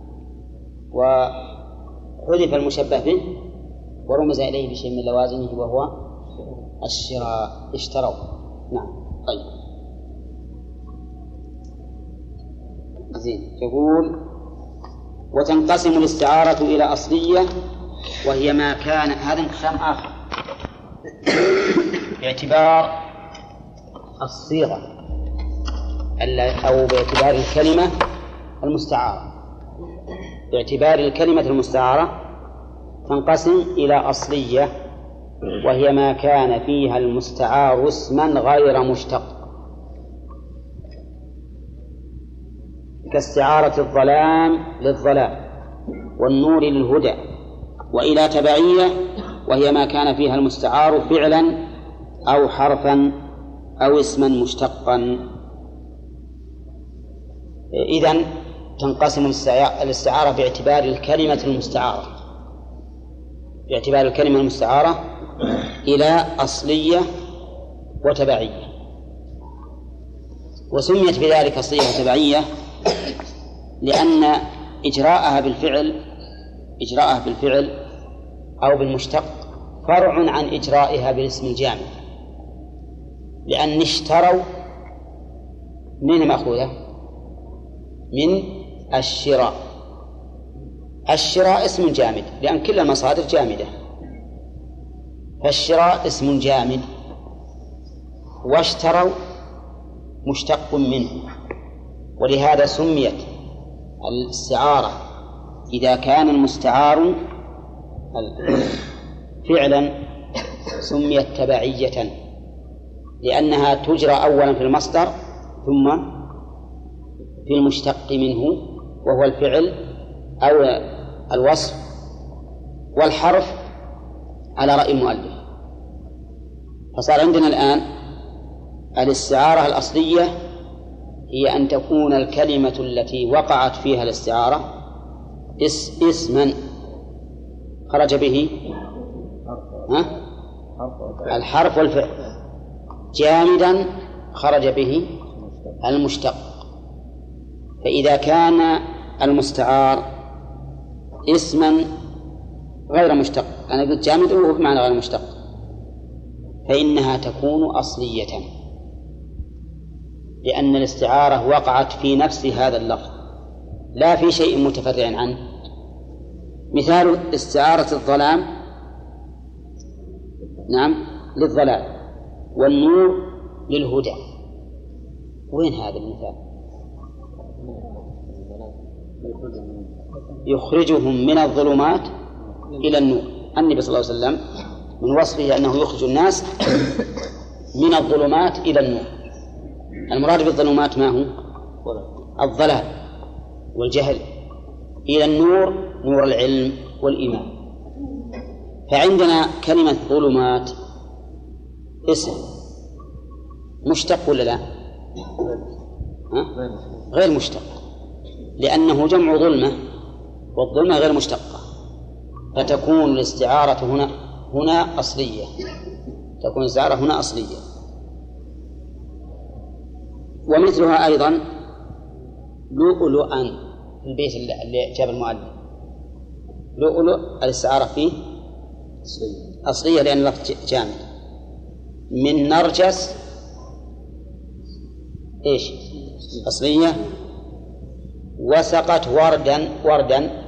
[SPEAKER 1] وحذف المشبه به ورمز إليه بشيء من لوازمه وهو الشراء، اشتروا. نعم. طيب زين. يقول وتنقسم الاستعارة إلى أصلية وهي ما كان، هذا انقسام آخر باعتبار الصيغة أو باعتبار الكلمة المستعارة. باعتبار الكلمة المستعارة تنقسم إلى أصلية وهي ما كان فيها المستعار اسما غير مشتق، كاستعارة الظلام للظلام والنور للهدى. وإلى تبعية وهي ما كان فيها المستعار فعلا أو حرفا أو اسما مشتقا. إذن تنقسم الاستعارة باعتبار الكلمة المستعارة، باعتبار الكلمة المستعارة إلى أصلية وتبعية. وسميت بذلك أصلية وتبعية لأن إجراءها بالفعل أو بالمشتق فرع عن إجرائها بالاسم الجامد. لأن اشتروا من مأخوذة من الشراء. الشراء اسم جامد لأن كل المصادر جامدة، فالشراء اسم جامد، واشتروا مشتق منه. ولهذا سميت الاستعارة إذا كان المستعار فعلا سميت تبعية، لأنها تجرى أولا في المصدر ثم في المشتق منه وهو الفعل أو الوصف والحرف على رأي المؤلف. فصار عندنا الآن الاستعارة الأصلية هي أن تكون الكلمة التي وقعت فيها الاستعارة اسما خرج به الحرف والفعل، جامدا خرج به المشتق. فإذا كان المستعار اسما غير مشتق، أنا قلت جامد وهو بمعنى غير مشتق، فإنها تكون أصلية لأن الاستعارة وقعت في نفس هذا اللفظ لا في شيء متفرع عنه. مثال استعارة الظلام نعم للظلام والنور للهدى. وين هذا المثال؟ يخرجهم من الظلمات إلى النور. النبي صلى الله عليه وسلم من وصفه أنه يخرج الناس من الظلمات إلى النور. المراد بالظلمات ما هو؟ الضلال والجهل، إلى النور، نور العلم والإيمان. فعندنا كلمة ظلمات اسم مشتق ولا لا؟ غير مشتق، لأنه جمع ظلمة، والظلمة غير مشتقة، فتكون الاستعارة هنا أصلية، تكون الاستعارة هنا أصلية. ومثلها أيضا لؤلؤا في البيت اللي جاب المؤلف، لؤلؤ الاستعارة فيه أصلية لأن اللفظ جامد. من نرجس إيش؟ أصلية. وسقت وردا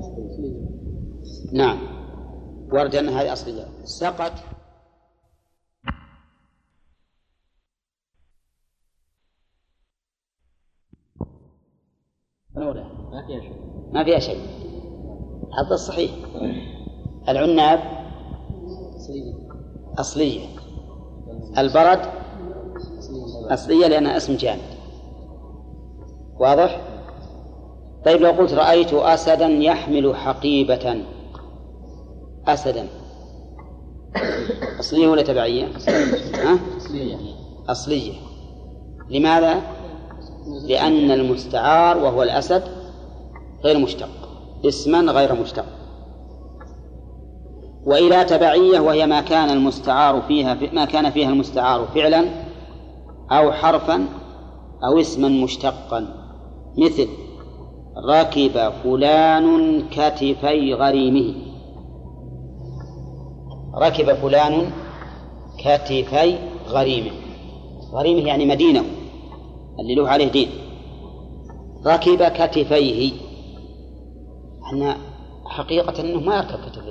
[SPEAKER 1] نعم وردا هذه أصلية. سقت ما فيها شيء، هذا الصحيح. العناب أصلية، البرد أصلية لأنها اسم جامد. واضح؟ طيب لو قلت رأيت أسدا يحمل حقيبة، أسدا أصلية ولا تبعية؟ أصلية. لماذا؟ لأن المستعار وهو الأسد غير مشتق، اسما غير مشتق. وإلى تبعية وهي ما كان المستعار فيها ما كان فيها المستعار فعلا أو حرفا أو اسما مشتقا، مثل ركب فلان كتفي غريمه. ركب فلان كتفي غريمه، غريمه يعني مدينه اللي له عليه دين. ركب كتفيه، احنا حقيقة انه ما يركب كتفيه،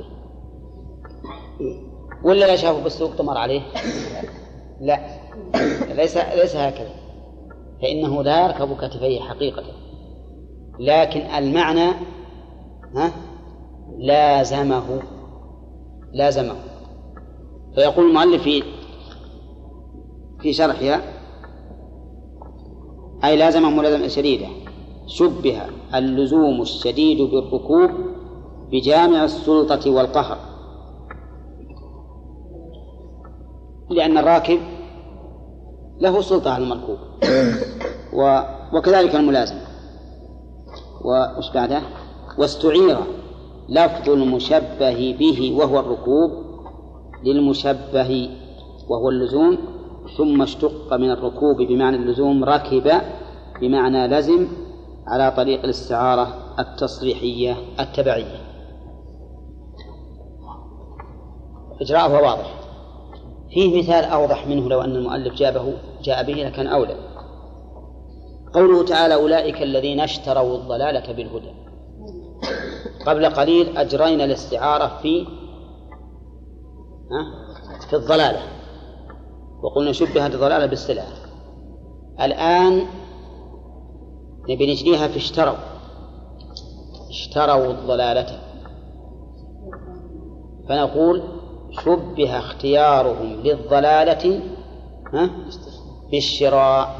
[SPEAKER 1] ولا لا شافه بالسوق طمر عليه؟ لا، ليس هكذا، فإنه لا يركب كتفيه حقيقة، لكن المعنى لازمه. فيقول المؤلف في شرحها أي لازمه ملازمة شديدة. شبه اللزوم الشديد بالركوب بجامع السلطة والقهر، لأن الراكب له سلطة على المركوب، وكذلك الملازم. وش بعده؟ واستعير لفظ المشبه به وهو الركوب للمشبه وهو اللزوم، ثم اشتق من الركوب بمعنى اللزوم ركب بمعنى لزم على طريق الاستعارة التصريحية التبعية. إجراءه واضح. فيه مثال أوضح منه لو أن المؤلف جاء به لكان أولى. قوله تعالى أولئك الذين اشتروا الضلالة بالهدى. قبل قليل أجرينا الاستعارة في الضلالة، وقلنا شبهت الضلالة بالسلعة. الآن نبي نجريها في اشتروا الضلالة، فنقول شبه اختيارهم للضلالة بالشراء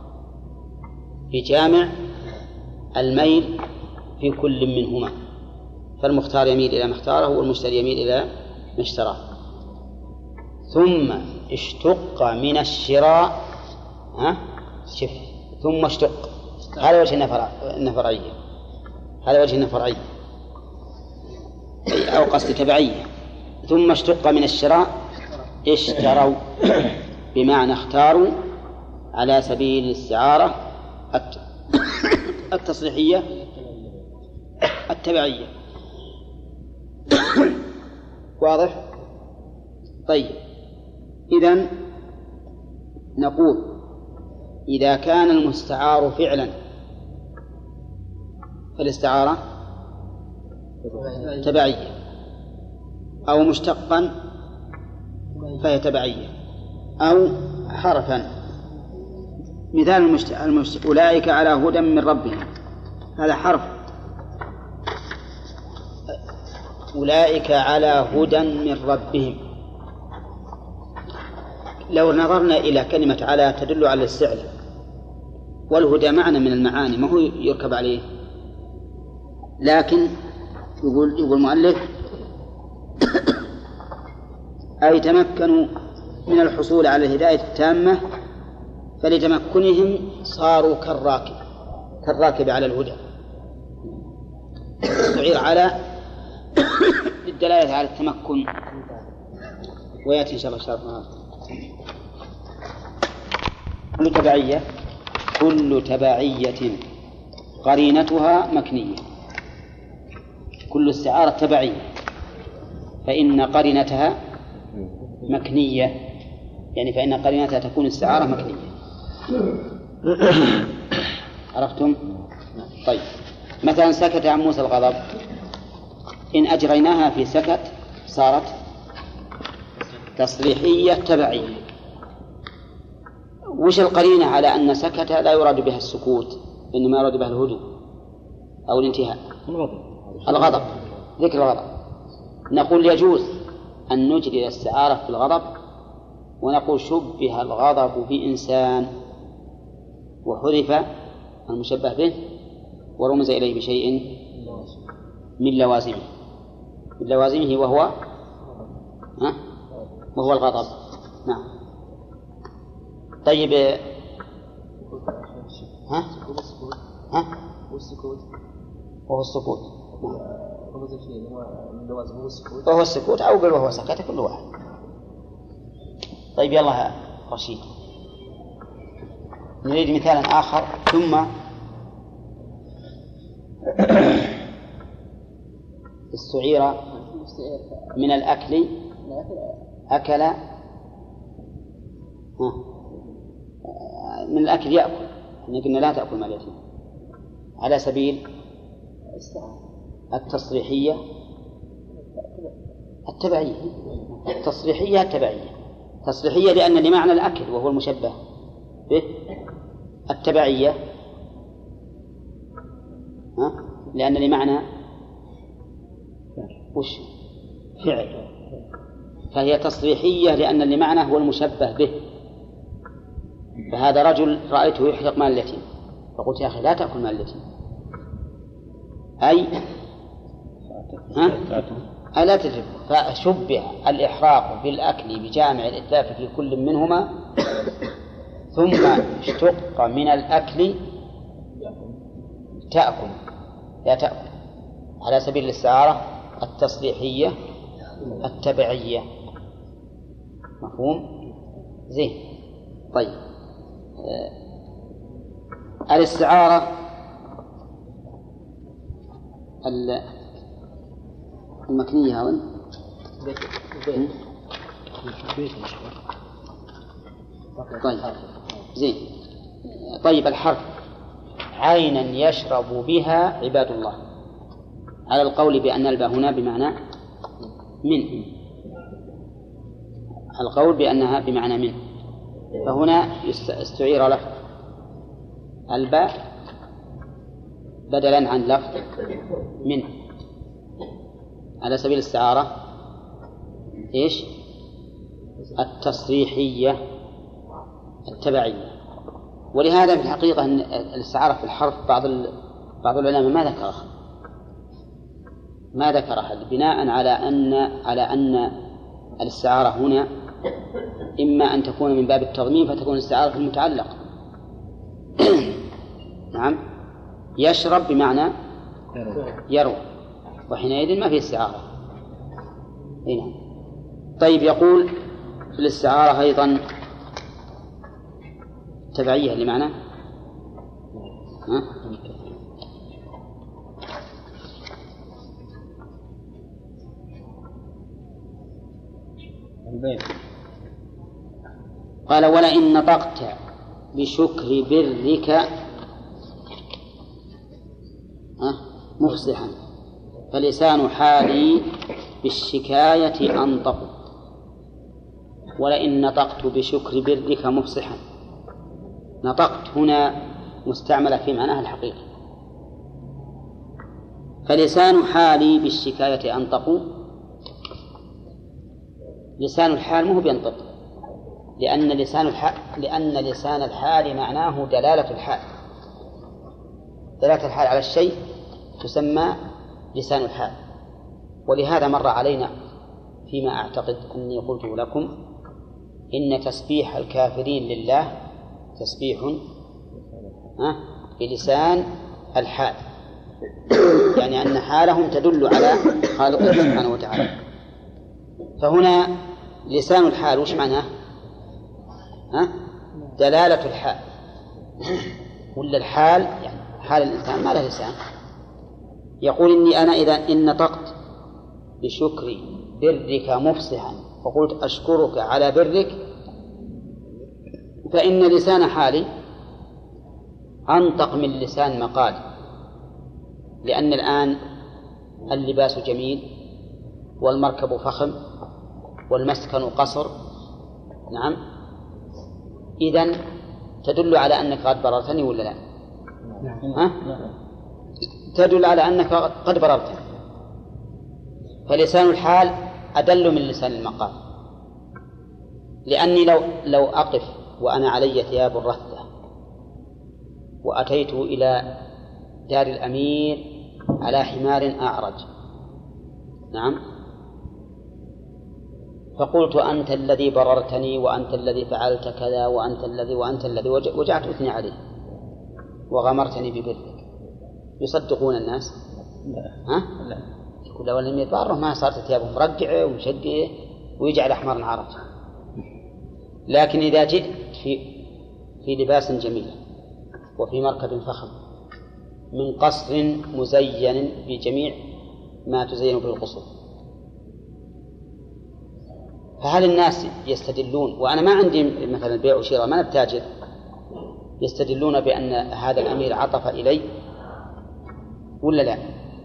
[SPEAKER 1] بجامع الميل في كل منهما، فالمختار يميل إلى ما اختاره والمشتري يميل إلى ما اشتراه. ثم اشتق من الشراء ثم اشتق، هذا وجه النفرعية، هذا وجه النفرعية أو قصد تبعية. ثم اشتق من الشراء اشتروا بمعنى اختاروا على سبيل الاستعارة التصريحية التبعية. واضح؟ طيب، إذن نقول إذا كان المستعار فعلا فالاستعارة تبعية، أو مشتقا فهي تبعية، أو حرفا
[SPEAKER 5] مثال أولئك على هدى من ربهم، هذا حرف. أولئك على هدى من ربهم. لو نظرنا إلى كلمة على تدل على الاستعلاء، والهدى معنى من المعاني ما هو يركب عليه، لكن يقول المؤلف أي تمكنوا من الحصول على الهداية التامة، فلتمكنهم صاروا كالراكب على الهدى. تعير على للدلالة على التمكن، ويأتي إن شاء الله شرط كل تبعية قرينتها مكنية. كل استعارة تبعية فإن قرينتها مكنية، يعني فإن قرينتها تكون استعارة مكنية. عرفتم؟ طيب، مثلا سكت عن موسى الغضب، إن أجريناها في سكت صارت تصريحية تبعية. وش القرينة على أن سكت لا يراد بها السكوت، إنما يراد بها الهدوء أو الانتهاء؟ الغضب، ذكر الغضب. نقول يجوز أن نجري الاستعارة في الغضب، ونقول شبه الغضب بإنسان وحذف المشبه به ورمز إليه بشيء من لوازمه وهو الغضب. نعم. طيب، وهو السكوت. وهو السكوت أو قل وهو سكت، كل واحد. طيب يلا رشيد، نريد مثالا آخر. ثم استعير من الأكل أكل، من الأكل يأكل، يعني قلنا لا تأكل مال اليتيم، على سبيل التصريحية التبعية. التصريحية التبعية، تصريحية لأن لمعنى الأكل وهو المشبه به، التبعية لأن لمعنى وش فعل، فهي تصريحية لأن لمعنى هو المشبه به. فهذا رجل رأيته يحرق مال اليتيم، فقلت يا أخي لا تأكل مال اليتيم، أي لا تترك. فشبه الإحراق بالأكل بجامع الإتلاف في كل منهما، ثم اشتق من الأكل تأكل، لا تأكل، على سبيل الاستعارة التصريحية التبعية. مفهوم؟ زين. طيب، الاستعارة المكنية هون طيب زين. طيب، الحرف عينا يشرب بها عباد الله، على القول بأن الباء هنا بمعنى من، القول بأنها بمعنى من، فهنا استعير لفظ الباء بدلا عن لفظ من، على سبيل الاستعارة إيش؟ التصريحية التبعية. ولهذا في الحقيقة أن الاستعارة في الحرف بعض العلماء ما ذكرها بناء على أن الاستعارة هنا إما أن تكون من باب التضمين فتكون الاستعارة في المتعلق. نعم، يشرب بمعنى يروي، وحينئذ ما في استعارة هنا. طيب، يقول في الاستعارة أيضا تبعية لمعنى قال ولئن نطقت بشكر برك مفصحا فلسان حالي بالشكاية أنطق. ولئن نطقت بشكر برك مفصحا، نطقت هنا مستعملة في معناها الحقيقي. فلسان حالي بالشكاية أنطق، لسان الحال مو بينطق، لأن لسان الحال معناه دلالة الحال. دلالة الحال على الشيء تسمى لسان الحال. ولهذا مر علينا فيما أعتقد أني قلت لكم إن تسبيح الكافرين لله تسبيح بلسان الحال، يعني أن حالهم تدل على خالقه سبحانه وتعالى. فهنا لسان الحال وش معناه؟ دلالة الحال. ولا الحال يعني حال الإنسان ما له لسان. يقول إني أنا إذا إن نطقت بشكر برك مفصحا فقلت أشكرك على برك، فإن لسان حالي أنطق من لسان مقالي، لأن الآن اللباس جميل والمركب فخم والمسكن قصر. نعم، إذن تدل على أنك قد بررتني ولا لا؟ تدل على أنك قد بررتني. فلسان الحال أدل من لسان المقال، لأني لو أقف وأنا علي ثياب رثة وأتيت إلى دار الأمير على حمار أعرج، نعم، فقلت أنت الذي بررتني وأنت الذي فعلت كذا وأنت الذي وجعت أثني عليه وغمرتني ببرك، يصدقون الناس؟ لا. يقول لو لم يتبرر ما صارت ثيابه مرقعة ومشقة ويجعل أحمر عرج. لكن إذا جئت في لباس جميل وفي مركب فخم من قصر مزين بجميع ما تزين به القصور، فهل الناس يستدلون، وأنا ما عندي مثلا بيع وشراء ما نبتاجر، يستدلون بأن هذا الأمير عطف إلي ولا لا؟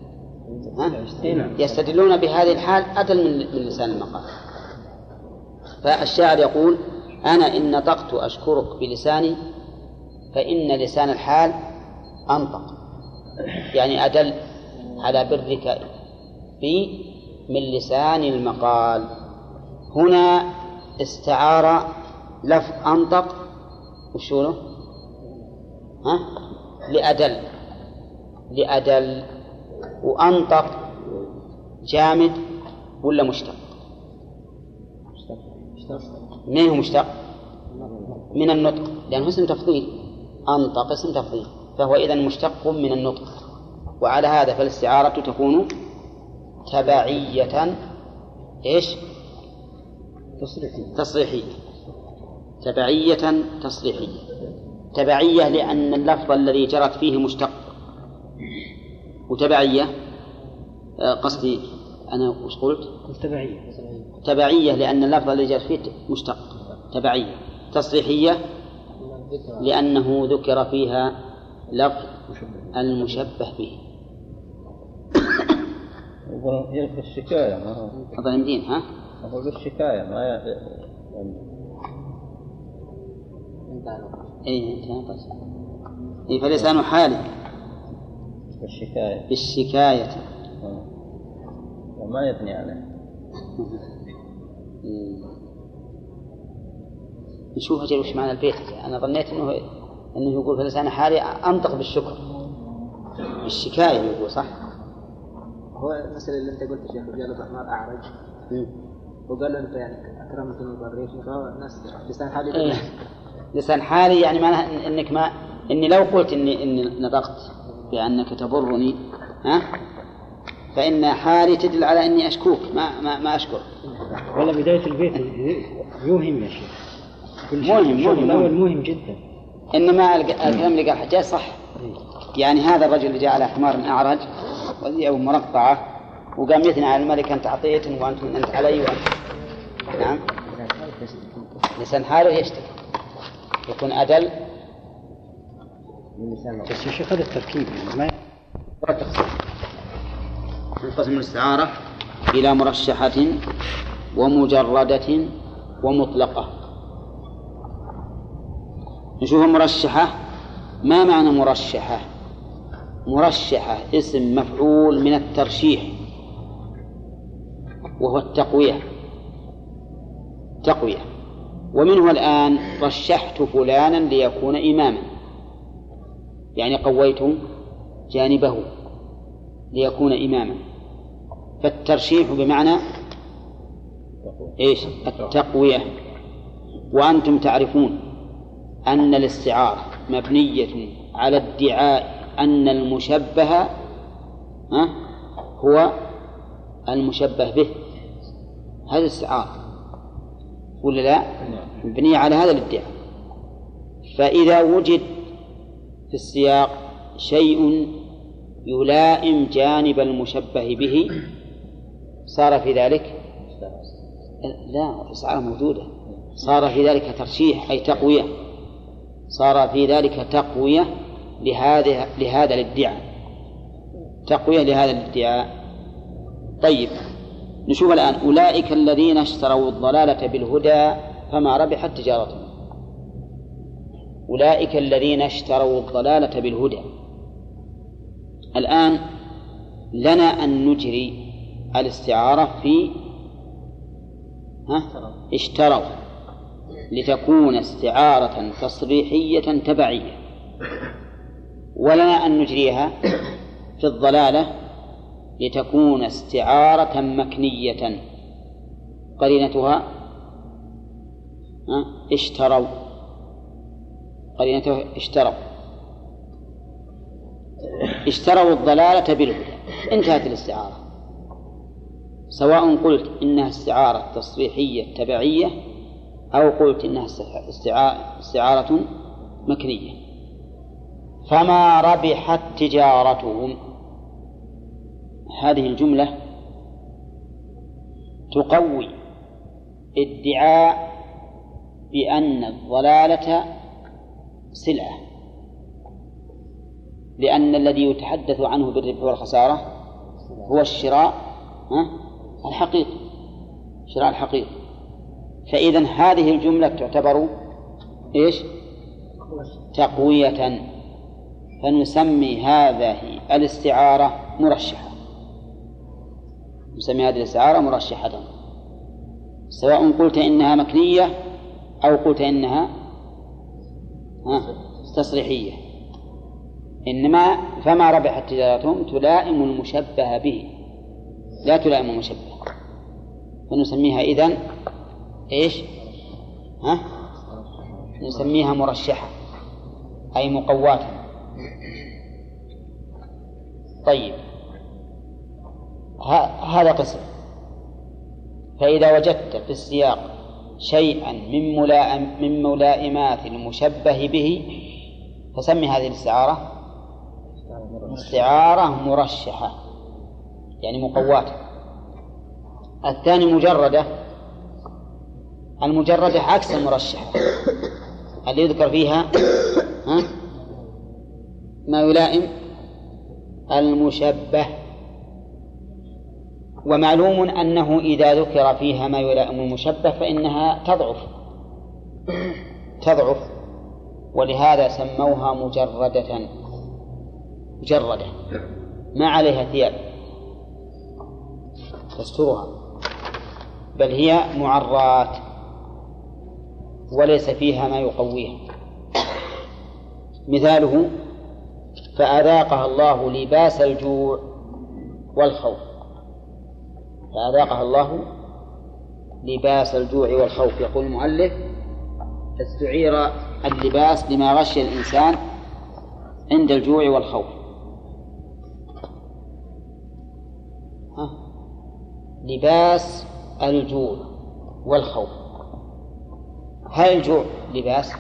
[SPEAKER 5] يستدلون بهذه الحال أدل من لسان المقال. فالشاعر يقول أنا إن نطقت أشكرك بلساني فإن لسان الحال أنطق، يعني أدل على برك بي من لسان المقال. هنا استعار لفظ أنطق وشونه لأدل وأنطق جامد ولا مشتق؟ من هو مشتق؟ من النطق، لأنه اسم تفضيل. أنطق اسم تفضيل، فهو إذن مشتق من النطق. وعلى هذا فالاستعارة تكون تبعية إيش؟ تصريحية. تبعية تصريحية. تبعية لأن اللفظ الذي جرت فيه مشتق، وتبعية قصدي أنا وش قلت؟ تبعية لأن اللفظ الذي جرت فيه مشتق. تبعية. تصريحية لأنه ذكر فيها لفظ المشبه به.
[SPEAKER 6] يلقي الشكاية
[SPEAKER 5] هذا يمدين
[SPEAKER 6] هو بالشكاية ما
[SPEAKER 5] فلسان حاله بالشكاية
[SPEAKER 6] وما يثني عليه.
[SPEAKER 5] نشوف أجل وش معنى البيت. أنا ظنيت أنه يقول فلسان حالي أنطق بالشكر بالشكاية يقول صح.
[SPEAKER 3] هو المسألة اللي أنت قلت شيخ رجال الرحمن أعرج وقال أنت يعني أكرمتني وبريتني، فهو الناس لسان حالي
[SPEAKER 5] لسان حالي يعني معناه إنك ما إني لو قلت إني نطقت بأنك تبرني فإن حالي تدل على إني أشكوك ما أشكر.
[SPEAKER 2] والله بداية البيت يوهم يا شيخ. مهم جدا.
[SPEAKER 5] إنما الكلام اللي قال حجاج صح. يعني هذا الرجل اللي جاء على حمار أعرج وذي مرقعة وقام يثني على الملك أنت أعطيتني وأنت علي نعم. لسان حاله يشتكي يكون أدل
[SPEAKER 2] من لسان. بس يا شيخ هذا التركيب ما
[SPEAKER 5] ينقسم الاستعارة إلى مرشحة ومجردة ومطلقة. نشوف مرشحة. ما معنى مرشحة؟ مرشحة اسم مفعول من الترشيح، وهو التقوية. تقوية. ومنه الآن رشحت فلانا ليكون إماما، يعني قويت جانبه ليكون إماما. فالترشيح بمعنى إيش؟ التقوية. وأنتم تعرفون أن الاستعارة مبنية على ادعاء أن المشبه هو المشبه به. هذا الاستعارة ولا لا؟ مبنية على هذا الادعاء. فإذا وجد في السياق شيء يلائم جانب المشبه به صار في ذلك لا الاستعارة موجودة، صار في ذلك ترشيح أي تقوية، صار في ذلك تقوية لهذا الادعاء، تقوية لهذا الادعاء. طيب نشوف الآن أولئك الذين اشتروا الضلالة بالهدى فما ربحت تجارتهم. أولئك الذين اشتروا الضلالة بالهدى. الآن لنا أن نجري الاستعارة في اشتروا لتكون استعارة تصريحية تبعية، ولنا أن نجريها في الضلالة لتكون استعارة مكنية قرينتها اشتروا، قرينتها اشتروا الضلالة بالهدى. انتهت الاستعارة، سواء قلت إنها استعارة تصريحية تبعية أو قلت إنها استعارة مكنية. فما ربحت تجارتهم، هذه الجملة تقوي ادعاء بأن الضلالة سلعة، لأن الذي يتحدث عنه بالربح والخسارة هو الشراء الحقيقي، شراء الحقيقي. فإذا هذه الجملة تعتبر إيش؟ تقوية، فنسمي هذه الاستعارة مرشحة، نسمي هذه الاستعارة مرشحة، سواء قلت إنها مكنية أو قلت إنها تصريحية. إنما فما ربحت تجارتهم تلائم المشبه به، لا تلائم المشبه، فنسميها إذن إيش؟ نسميها مرشحة أي مقواة. طيب هذا قسم. فإذا وجدت في السياق شيئا من ملائمات المشبه به فسمي هذه الاستعارة استعارة مرشحة يعني مقواة. الثاني مجردة. المجردة عكس المرشحة اللي يذكر فيها ما يلائم المشبه، ومعلوم أنه إذا ذكر فيها ما يلائم المشبه فإنها تضعف، ولهذا سموها مجردة ما عليها ثياب تسترها، بل هي معرات وليس فيها ما يقويها. مثاله فأذاقها الله لباس الجوع والخوف. فأذاقها الله لباس الجوع والخوف. يقول المؤلف استعير اللباس لما غشي الإنسان عند الجوع والخوف. لباس الجوع والخوف. هل الجوع لباس؟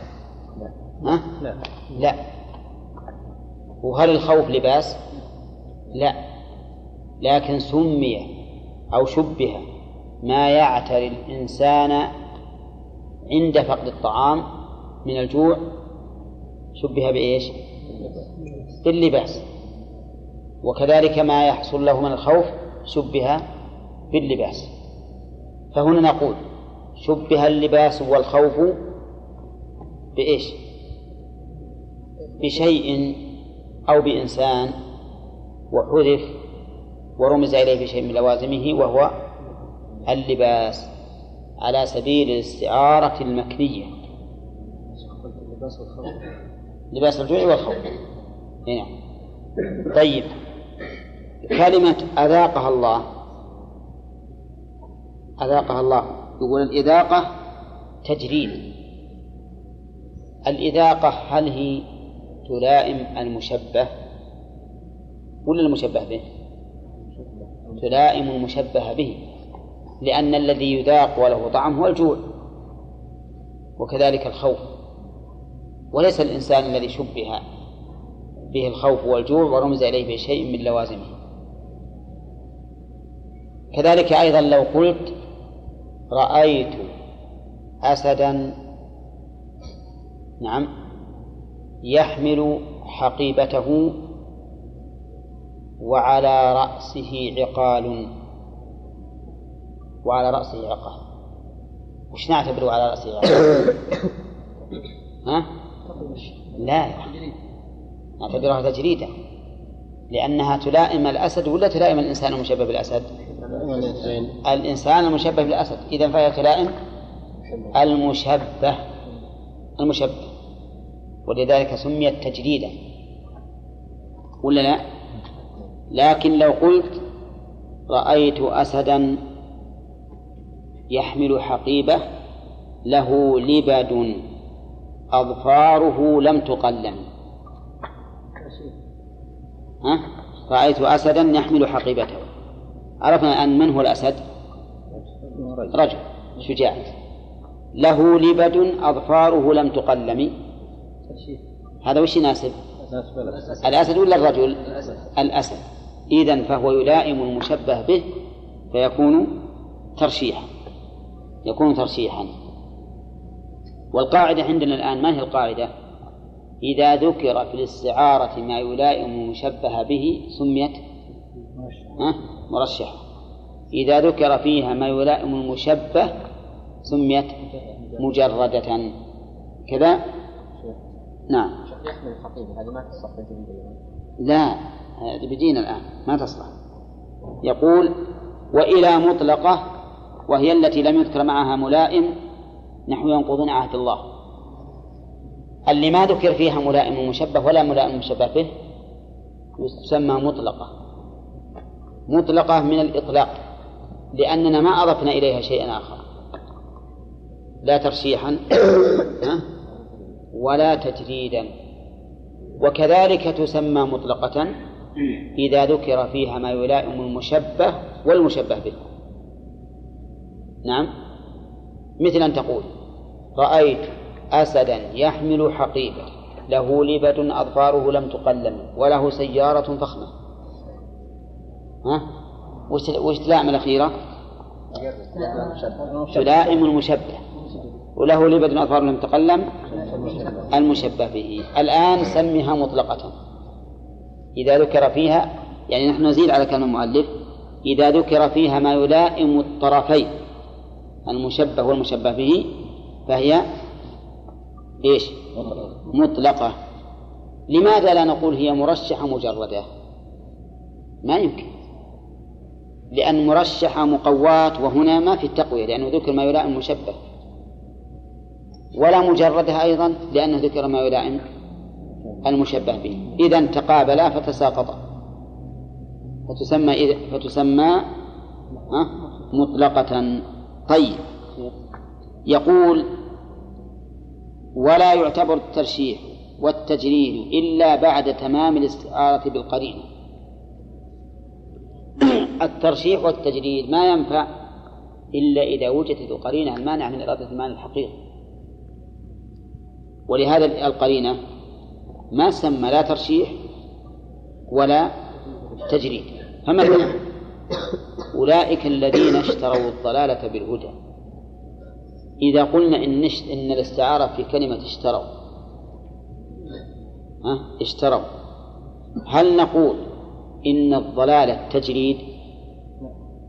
[SPEAKER 5] لا. وهل الخوف لباس؟ لا، لكن سمي أو شبه ما يعتري الإنسان عند فقد الطعام من الجوع شبه بإيش؟ باللباس. وكذلك ما يحصل له من الخوف شبه باللباس. فهنا نقول شبه اللباس والخوف بإيش؟
[SPEAKER 1] بشيء أو بإنسان وحذف ورمز إليه بشيء من لوازمه وهو اللباس على سبيل الاستعارة المكنية. لباس الجوع والخوف. هنا. طيب، كلمة أذاقها الله يقول الإذاقة تجريد. الإذاقة هل هي تلائم المشبه ولا المشبه به؟ تلائم المشبه به، لأن الذي يذاق وله طعم هو الجوع، وكذلك الخوف، وليس الإنسان الذي شبه به الخوف والجوع ورمز إليه بشيء من لوازمه. كذلك أيضا لو قلت رأيت أسدا يحمل حقيبته وعلى رأسه عقال. وش نعتبره على رأسه عقال؟ لا، نعتبرها تجريدا، لأنها تلائم الأسد ولا تلائم الإنسان المشبه بالأسد؟ الإنسان المشبه بالأسد، إذن فهي تلائم المشبه، ولذلك سميت تجريدا، ولا لا؟ لكن لو قلت رأيت أسدا يحمل حقيبة له لبد أظفاره لم تقلم. رأيت أسدا يحمل حقيبته، عرفنا أن من هو الأسد؟ رجل شجاع له لبد أظفاره لم تقلم. هذا وش يناسب؟ الأسد ولا الرجل؟ الأسد. إذن فهو يلائم المشبه به فيكون ترشيحا. والقاعدة عندنا الآن ما هي القاعدة؟ إذا ذكر في الاستعارة ما يلائم المشبه به سميت مرشحة، إذا ذكر فيها ما يلائم المشبه سميت مجردة كذا. نعم.
[SPEAKER 3] يحمل الحقيبة هذه ما تصلح تجريدا.
[SPEAKER 1] لا، هذه بدينا الآن ما تصلح. يقول وإلى مطلقة، وهي التي لم يذكر معها ملائم، نحو ينقضون عهد الله. اللي ما ذكر فيها ملائم المشبه ولا ملائم المشبه به تسمى مطلقة من الإطلاق، لأننا ما أضفنا إليها شيئا آخر، لا ترشيحا ولا تجريدا. وكذلك تسمى مطلقة إذا ذكر فيها ما يلائم المشبه والمشبه به. نعم، مثل أن تقول رأيت أسدا يحمل حقيبة له لبد أظفاره لم تقلم وله سيارة فخمة. وش تلائم الأخيرة؟ تلائم المشبه، وله لبد أظفاره لم تقلم المشبه به. الآن سميها مطلقة إذا ذكر فيها، يعني نحن نزيد على كلام المؤلف، إذا ذكر فيها ما يلائم الطرفين المشبه والمشبه به فهي إيش؟ مطلقة. لماذا لا نقول هي مرشحة مجردة؟ ما يمكن، لأن مرشحة مقوات، وهنا ما في التقوية لأنه ذكر ما يلائم المشبه، ولا مجردة أيضا لأنه ذكر ما يلائم المشبه به. إذن تقابلا فتساقطا فتسمى مطلقة. طيب، يقول ولا يعتبر الترشيح والتجريد إلا بعد تمام الاستعارة بالقرينة. الترشيح والتجريد ما ينفع إلا إذا وجدت القرينة المانع من إرادة المعنى الحقيقي، ولهذا القرينة ما سمى لا ترشيح ولا تجريد. فمثلا أولئك الذين اشتروا الضلالة بالهدى، إذا قلنا إن الاستعارة في كلمة اشتروا، هل نقول إن الضلالة تجريد؟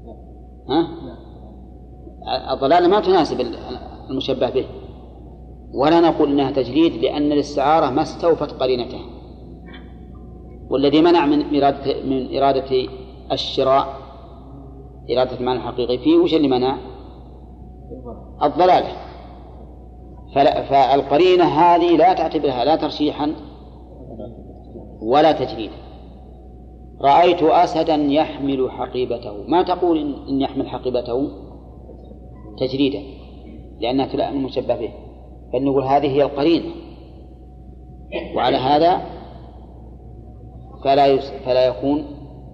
[SPEAKER 1] الضلالة ما تناسب المشبه به،
[SPEAKER 5] ولا نقول إنها تجريد لأن الاستعارة ما استوفت قرينته. والذي منع من إرادة الشراء إرادة المعنى الحقيقي فيه وش اللي منع؟ الضلالة. فالقرينة هذه لا تعتبرها لا ترشيحا ولا تجريدا. رأيت أسدا يحمل حقيبته، ما تقول إن يحمل حقيبته تجريدا لأنها تلائم المشبه به، بل نقول هذه هي القرينة. وعلى هذا فلا يكون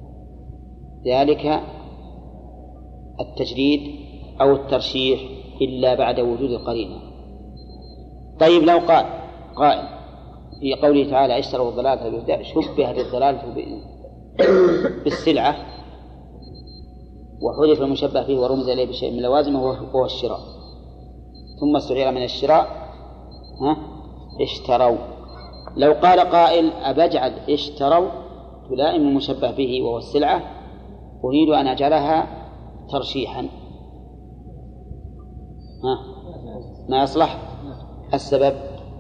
[SPEAKER 5] ذلك التجريد أو الترشيح إلا بعد وجود القرينة. طيب لو قال قائل في قوله تعالى اشتروا الضلالة بالهدى شبهت الضلالة بالسلعة وحذف المشبه فيه ورمز إليه بشيء من لوازمه وهو الشراء، ثم استعير من الشراء اشتروا. لو قال قائل أبجعل اشتروا تلائم المشبه به وهو السلعة أريد أن أجعلها ترشيحا، ما يصلح. السبب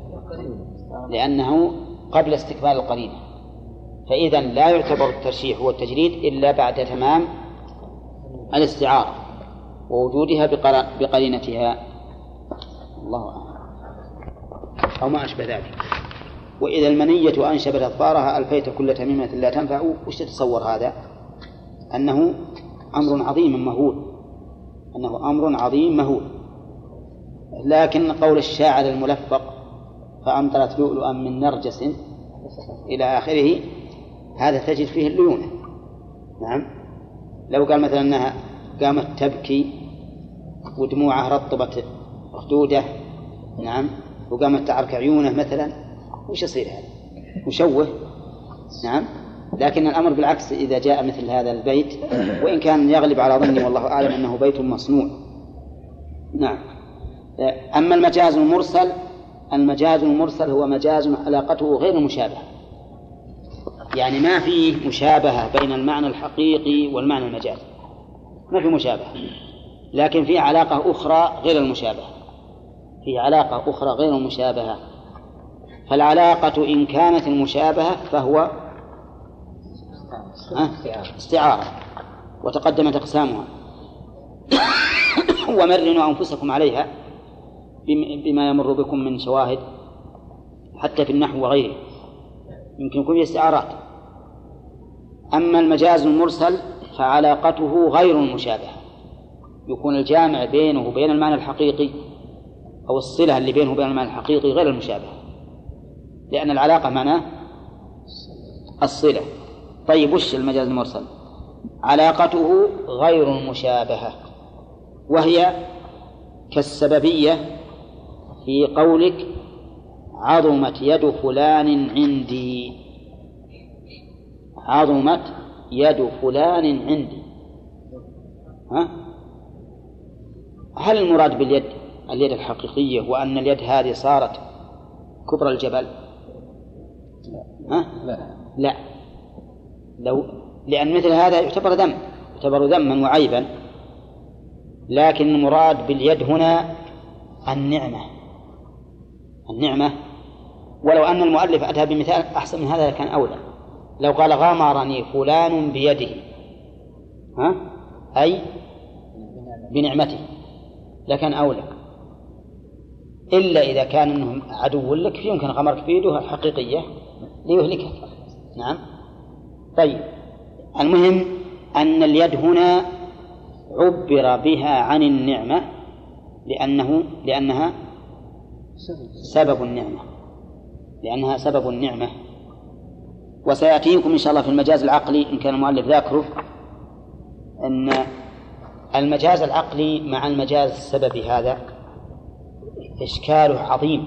[SPEAKER 5] لأنه قبل استكمال القرينة، فإذا لا يعتبر الترشيح والتجريد إلا بعد تمام الاستعارة ووجودها بقرينتها. الله أعلم. أو ما أشبه ذلك. وإذا المنية أنشبت أظفارها ألفيت كل تميمة لا تنفع. وش تتصور هذا؟ أنه أمر عظيم مهول، أنه أمر عظيم مهول. لكن قول الشاعر الملفق فأمطرت لؤلؤا من نرجس إلى آخره هذا تجد فيه الليونة. نعم. لو قال مثلا أنها قامت تبكي ودموعها رطبت خدوده، نعم، وقامت تعرك عيونه مثلا، وش يصير هذا؟ مشوه. نعم. لكن الأمر بالعكس إذا جاء مثل هذا البيت، وإن كان يغلب على ظني والله أعلم أنه بيت مصنوع. نعم. أما المجاز المرسل، المجاز المرسل هو مجاز علاقته غير مشابهة، يعني ما فيه مشابهة بين المعنى الحقيقي والمعنى المجازي، ما في مشابهة، لكن فيه علاقة أخرى غير المشابهة، فيه علاقة أخرى غير المشابهة. فالعلاقة إن كانت المشابهة فهو استعارة وتقدمت أقسامها. ومرنوا أنفسكم عليها بما يمر بكم من شواهد حتى في النحو وغيره، يمكن يكون استعارات. أما المجاز المرسل فعلاقته غير المشابهة، يكون الجامع بينه وبين المعنى الحقيقي أو الصلة اللي بينه وبين المعنى الحقيقي غير المشابهة، لأن العلاقة معناه الصلة. طيب وش المجاز المرسل؟ علاقته غير المشابهة، وهي كالسببية في قولك عظمت يد فلان عندي، عظمت يد فلان عندي. هل المراد باليد اليد الحقيقية وأن اليد هذه صارت كبر الجبل؟ لا. لأن مثل هذا يعتبر ذما وعيبا، لكن المراد باليد هنا النعمة. ولو أن المؤلف أتى بمثال أحسن من هذا كان أولى. لو قال غامرني فلان بيده أي بنعمته لكان أولى، إلا إذا كان أنه عدو لك يمكن غمرك بيده الحقيقية ليهلكك. نعم. طيب المهم أن اليد هنا عبر بها عن النعمة لأنها سبب النعمة، لأنها سبب النعمة. وسيأتيكم إن شاء الله في المجاز العقلي إن كان المؤلف ذاكره أن المجاز العقلي مع المجاز السببي هذا إشكاله عظيم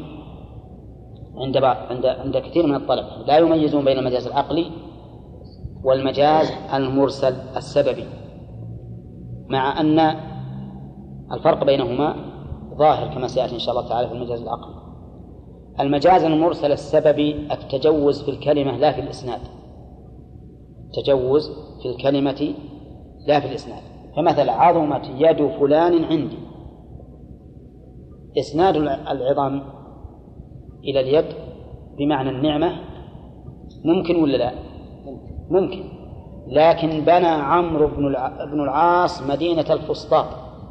[SPEAKER 5] عند كثير من الطلبة، لا يميزون بين المجاز العقلي والمجاز المرسل السببي، مع أن الفرق بينهما ظاهر كما سيأتي إن شاء الله تعالى في المجاز العقلي. المجاز المرسل السببي التجوز في الكلمة لا في الإسناد، تجوز في الكلمة لا في الإسناد. فمثلا عظمت يد فلان عندي، إسناد العظام إلى اليد بمعنى النعمة ممكن ولا لا؟ ممكن. لكن بنى عمرو بن العاص مدينة الفسطاط.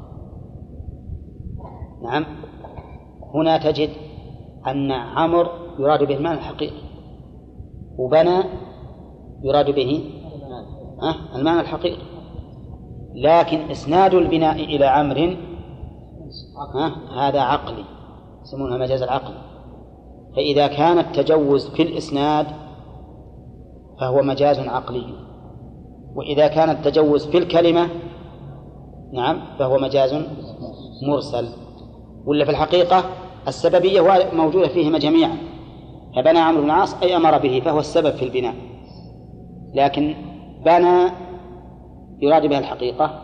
[SPEAKER 5] نعم، هنا تجد أن عمرو يراد به المعنى الحقيقي، وبنى يراد به المعنى الحقيقي. لكن إسناد البناء إلى عمرو هذا عقلي، يسمونها مجاز العقل. فإذا كان التجوز في الإسناد فهو مجاز عقلي، وإذا كان التجوز في الكلمة نعم فهو مجاز مرسل. ولا في الحقيقة السببية موجودة فيهما جميعا، فبنى عمرو بن العاص أي أمر به فهو السبب في البناء، لكن بنى يراد بها الحقيقة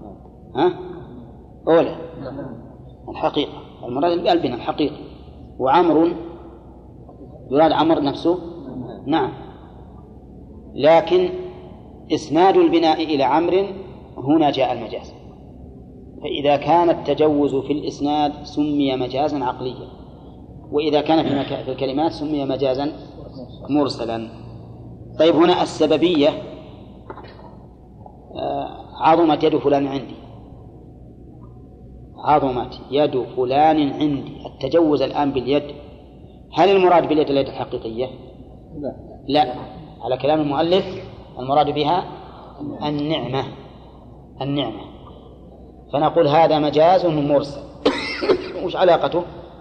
[SPEAKER 5] أولى الحقيقة، المراد البناء الحقيقة. وعمرو يراد عمرو نفسه نعم، لكن إسناد البناء إلى عمرو هنا جاء المجاز. فإذا كان التجوز في الإسناد سمي مجازا عقليا، وإذا كان في الكلمات سمي مجازا مرسلا. طيب هنا السببية عظمت يد فلان عندي، عظمت يد فلان عندي، التجوز الآن باليد، هل المراد باليد اليد الحقيقية؟ لا، على كلام المؤلف المراد بها النعمة. فنقول هذا مجاز مرسل. وش علاقته؟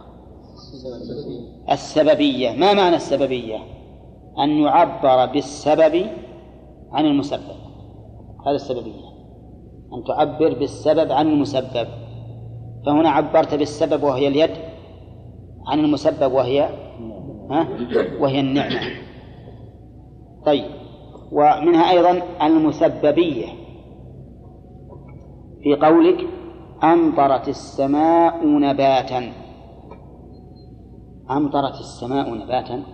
[SPEAKER 5] السببية. ما معنى السببية؟ أن يعبر بالسبب عن المسبب، هذا السببية، أن تعبر بالسبب عن المسبب. فهنا عبرت بالسبب وهي اليد عن المسبب وهي النعمة. طيب، ومنها أيضا المسببية في قولك أمطرت السماء نباتا. أمطرت السماء نباتا،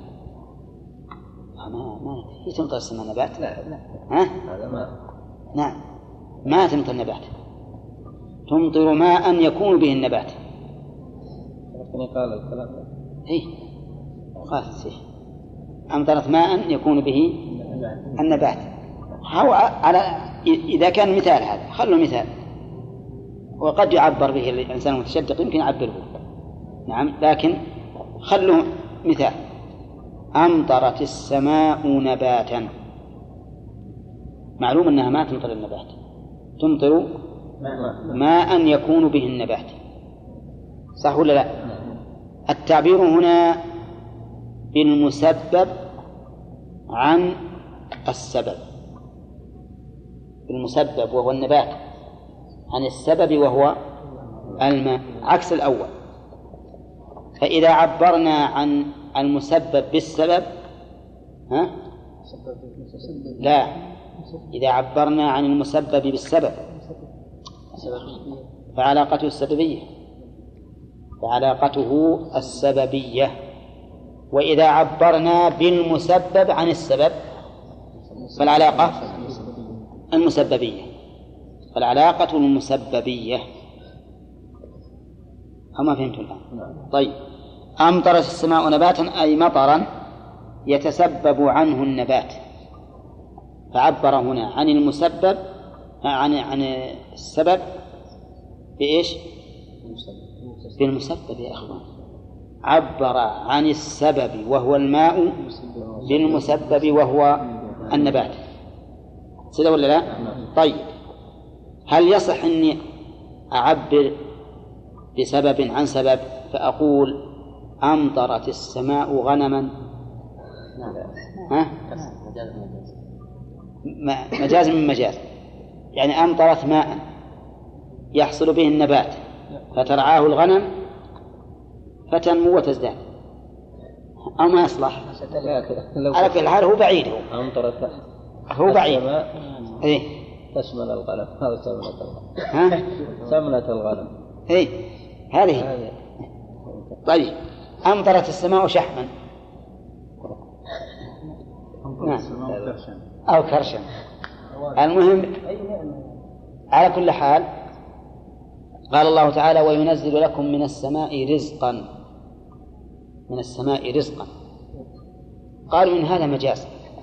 [SPEAKER 5] ما هي تمطر السماء نبات؟ لا هذا ما نعم، ما تمطر النبات، تمطر ماء يكون به النبات.
[SPEAKER 6] لكن قال الكلام
[SPEAKER 5] قال أمطرت ماء يكون به النبات. هو إذا كان مثال هذا خلوا مثال، وقد يعبر به الإنسان المتشدق يمكن يعبره نعم، لكن خلوا مثال. أمطرت السماء نباتا، معلوم أنها ما تمطر النبات، تمطر ماء يكون به النبات، صح ولا لا؟ التعبير هنا بالمسبب عن السبب، بالمسبب وهو النبات عن السبب وهو الماء، عكس الأول. فإذا عبرنا عن المسبب بالسبب لا، إذا عبرنا عن المسبب بالسبب فعلاقته السببية، فعلاقته السببية. وإذا عبرنا بالمسبب عن السبب فالعلاقة المسببية، فالعلاقة المسببية. أما فهمتم الآن؟ طيب، أمطرت السماء نباتا أي مطرا يتسبب عنه النبات، فعبر هنا عن المسبب عن السبب بإيش؟ بالمسبب يا أخوان، عبر عن السبب وهو الماء بالمسبب وهو النبات، سيدا ولا لا؟ طيب، هل يصح أني أعبر بسبب عن سبب فأقول أمطرت السماء غنما؟ مجاز من مجاز، يعني أمطرت ماء يحصل به النبات فترعاه الغنم فتنمو وتزداد، أو ما يصلح؟ على كل حال هو بعيد، هو بعيد.
[SPEAKER 6] تشمل الغنم، هذا سمنة الغنم. سمنة الغنم
[SPEAKER 5] هذه. طيب، أمطرت السماء شحما أو كرشا، المهم على كل حال قال الله تعالى وينزل لكم من السماء رزقا. من السماء رزقا، قالوا إن هذا مجاز،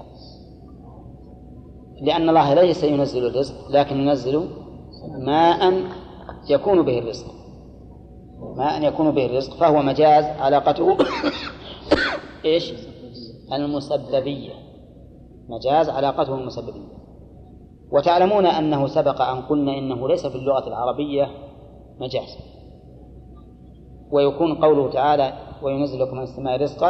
[SPEAKER 5] لأن الله ليس ينزل الرزق لكن ينزل ماء يكون به الرزق، ماء يكون به الرزق، فهو مجاز علاقته إيش؟ المسببية، مجاز علاقته المسببية. وتعلمون أنه سبق أن قلنا إنه ليس في اللغة العربية مجاز، ويكون قوله تعالى وينزل لكم من السماء رزقا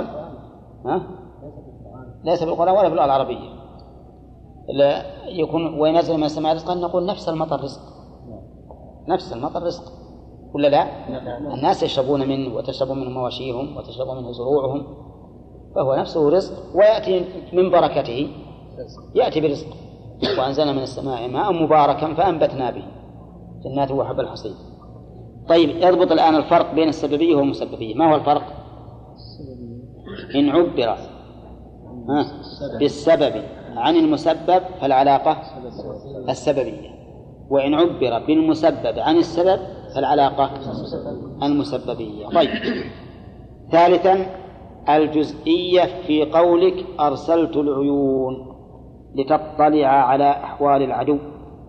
[SPEAKER 5] ليس في القرآن ولا في اللغة العربية، لا يكون وينزل من السماء رزقا، نقول نفس المطر رزق، نفس المطر رزق ولا لا؟ الناس يشربون منه وتشرب منه مواشيهم وتشرب منه زروعهم، فهو نفسه رزق، ويأتي من بركته يأتي برزق. وأنزلنا من السماء ماء مباركا فأنبتنا به جنات وحب الحصيد. طيب، يضبط الآن الفرق بين السببية والمسببية. ما هو الفرق؟ إن عبر بالسبب عن المسبب فالعلاقة السببية، وإن عبر بالمسبب عن السبب فالعلاقة المسببية. طيب، ثالثا الجزئية في قولك أرسلت العيون لتطلع على أحوال العدو.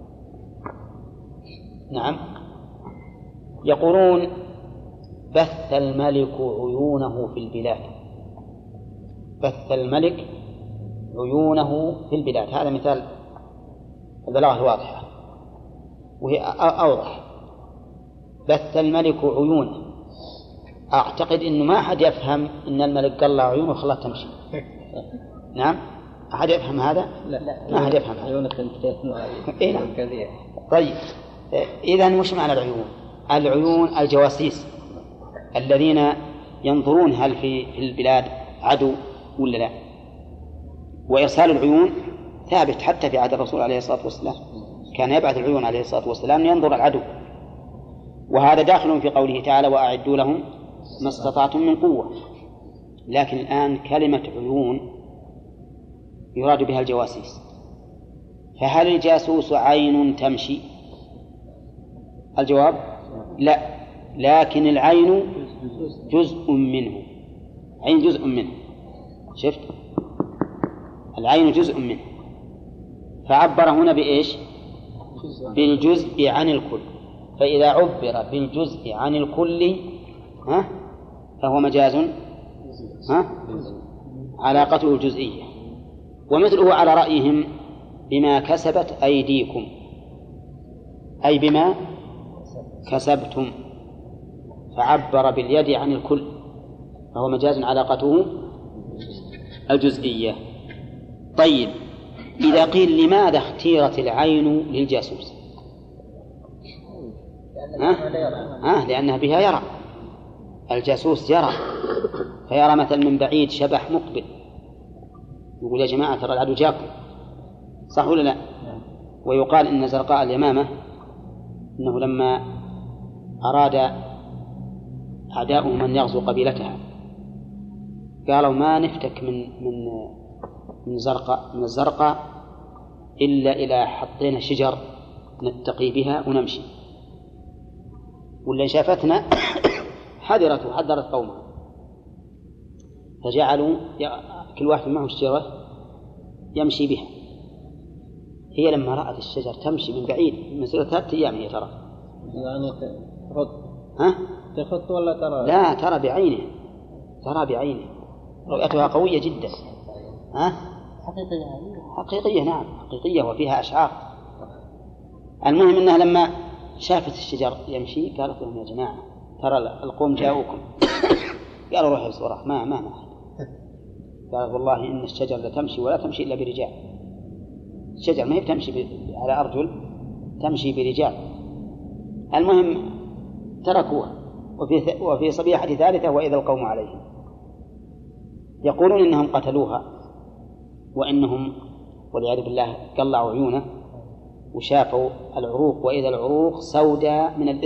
[SPEAKER 5] نعم، يقولون بث الملك عيونه في البلاد، بث الملك عيونه في البلاد، هذا مثال البلاغة الواضحة وهي أوضح. بث الملك عيونه، أعتقد أنه ما أحد يفهم أن الملك قلع عيونه وخلاها تمشي. نعم، أحد يفهم هذا؟ لا، ما أحد يفهم هذا. طيب، إذن وش معنى العيون؟ العيون الجواسيس الذين ينظرون هل في البلاد عدو ولا لا. وإرسال العيون ثابت حتى في عهد الرسول عليه الصلاة والسلام، كان يبعث العيون عليه الصلاة والسلام لينظر العدو، وهذا داخل في قوله تعالى وأعدوا لهم ما استطعتم من قوة. لكن الآن كلمة عيون يراد بها الجواسيس، فهل الجاسوس عين تمشي؟ الجواب لا، لكن العين جزء منه، عين جزء منه، شفت؟ العين جزء منه، فعبر هنا بإيش؟ بالجزء عن الكل. فإذا عبر بالجزء عن الكل فهو مجاز علاقته الجزئية. ومثله على رأيهم بما كسبت أيديكم، أي بما كسبتم، فعبر باليد عن الكل، فهو مجاز علاقته الجزئية. طيب، إذا قيل لماذا اختيرت العين للجاسوس؟ لأنها بها يرى، الجاسوس يرى، فيرى مثلا من بعيد شبح مقبل، يقول يا جماعة ترى العدو جاكم، صح ولا لا؟ ويقال إن زرقاء اليمامة إنه لما أراد أعداؤهم أن يغزوا قبيلتها قالوا ما نفتك من الزرقاء إلا إذا حطينا شجر نتقي بها ونمشي، واللي شافتنا حذرت قومها، فجعلوا كل واحد معه شجرة يمشي بها. هي لما رأت الشجر تمشي من بعيد مسيرة 3 أيام هي ترى،
[SPEAKER 6] يعني تخط ولا ترى؟
[SPEAKER 5] لا، ترى بعينه، رؤيتها قوية جدا. حقيقية، نعم حقيقية، وفيها أشعار. المهم أنها لما شافت الشجر يمشي قالت لهم يا جماعة ترى القوم جاءوكم. قالوا روحوا بسرعة، ما قال والله إن الشجر لا تمشي ولا تمشي إلا برجال، الشجر ما هي تمشي على أرجل، تمشي برجال. المهم تركوها. وفي صبيحة ثالثة وإذا القوم عليهم، يقولون إنهم قتلوها، وإنهم والعياذ بالله قلعوا عيونه وشافوا العروق، وإذا العروق سوداء من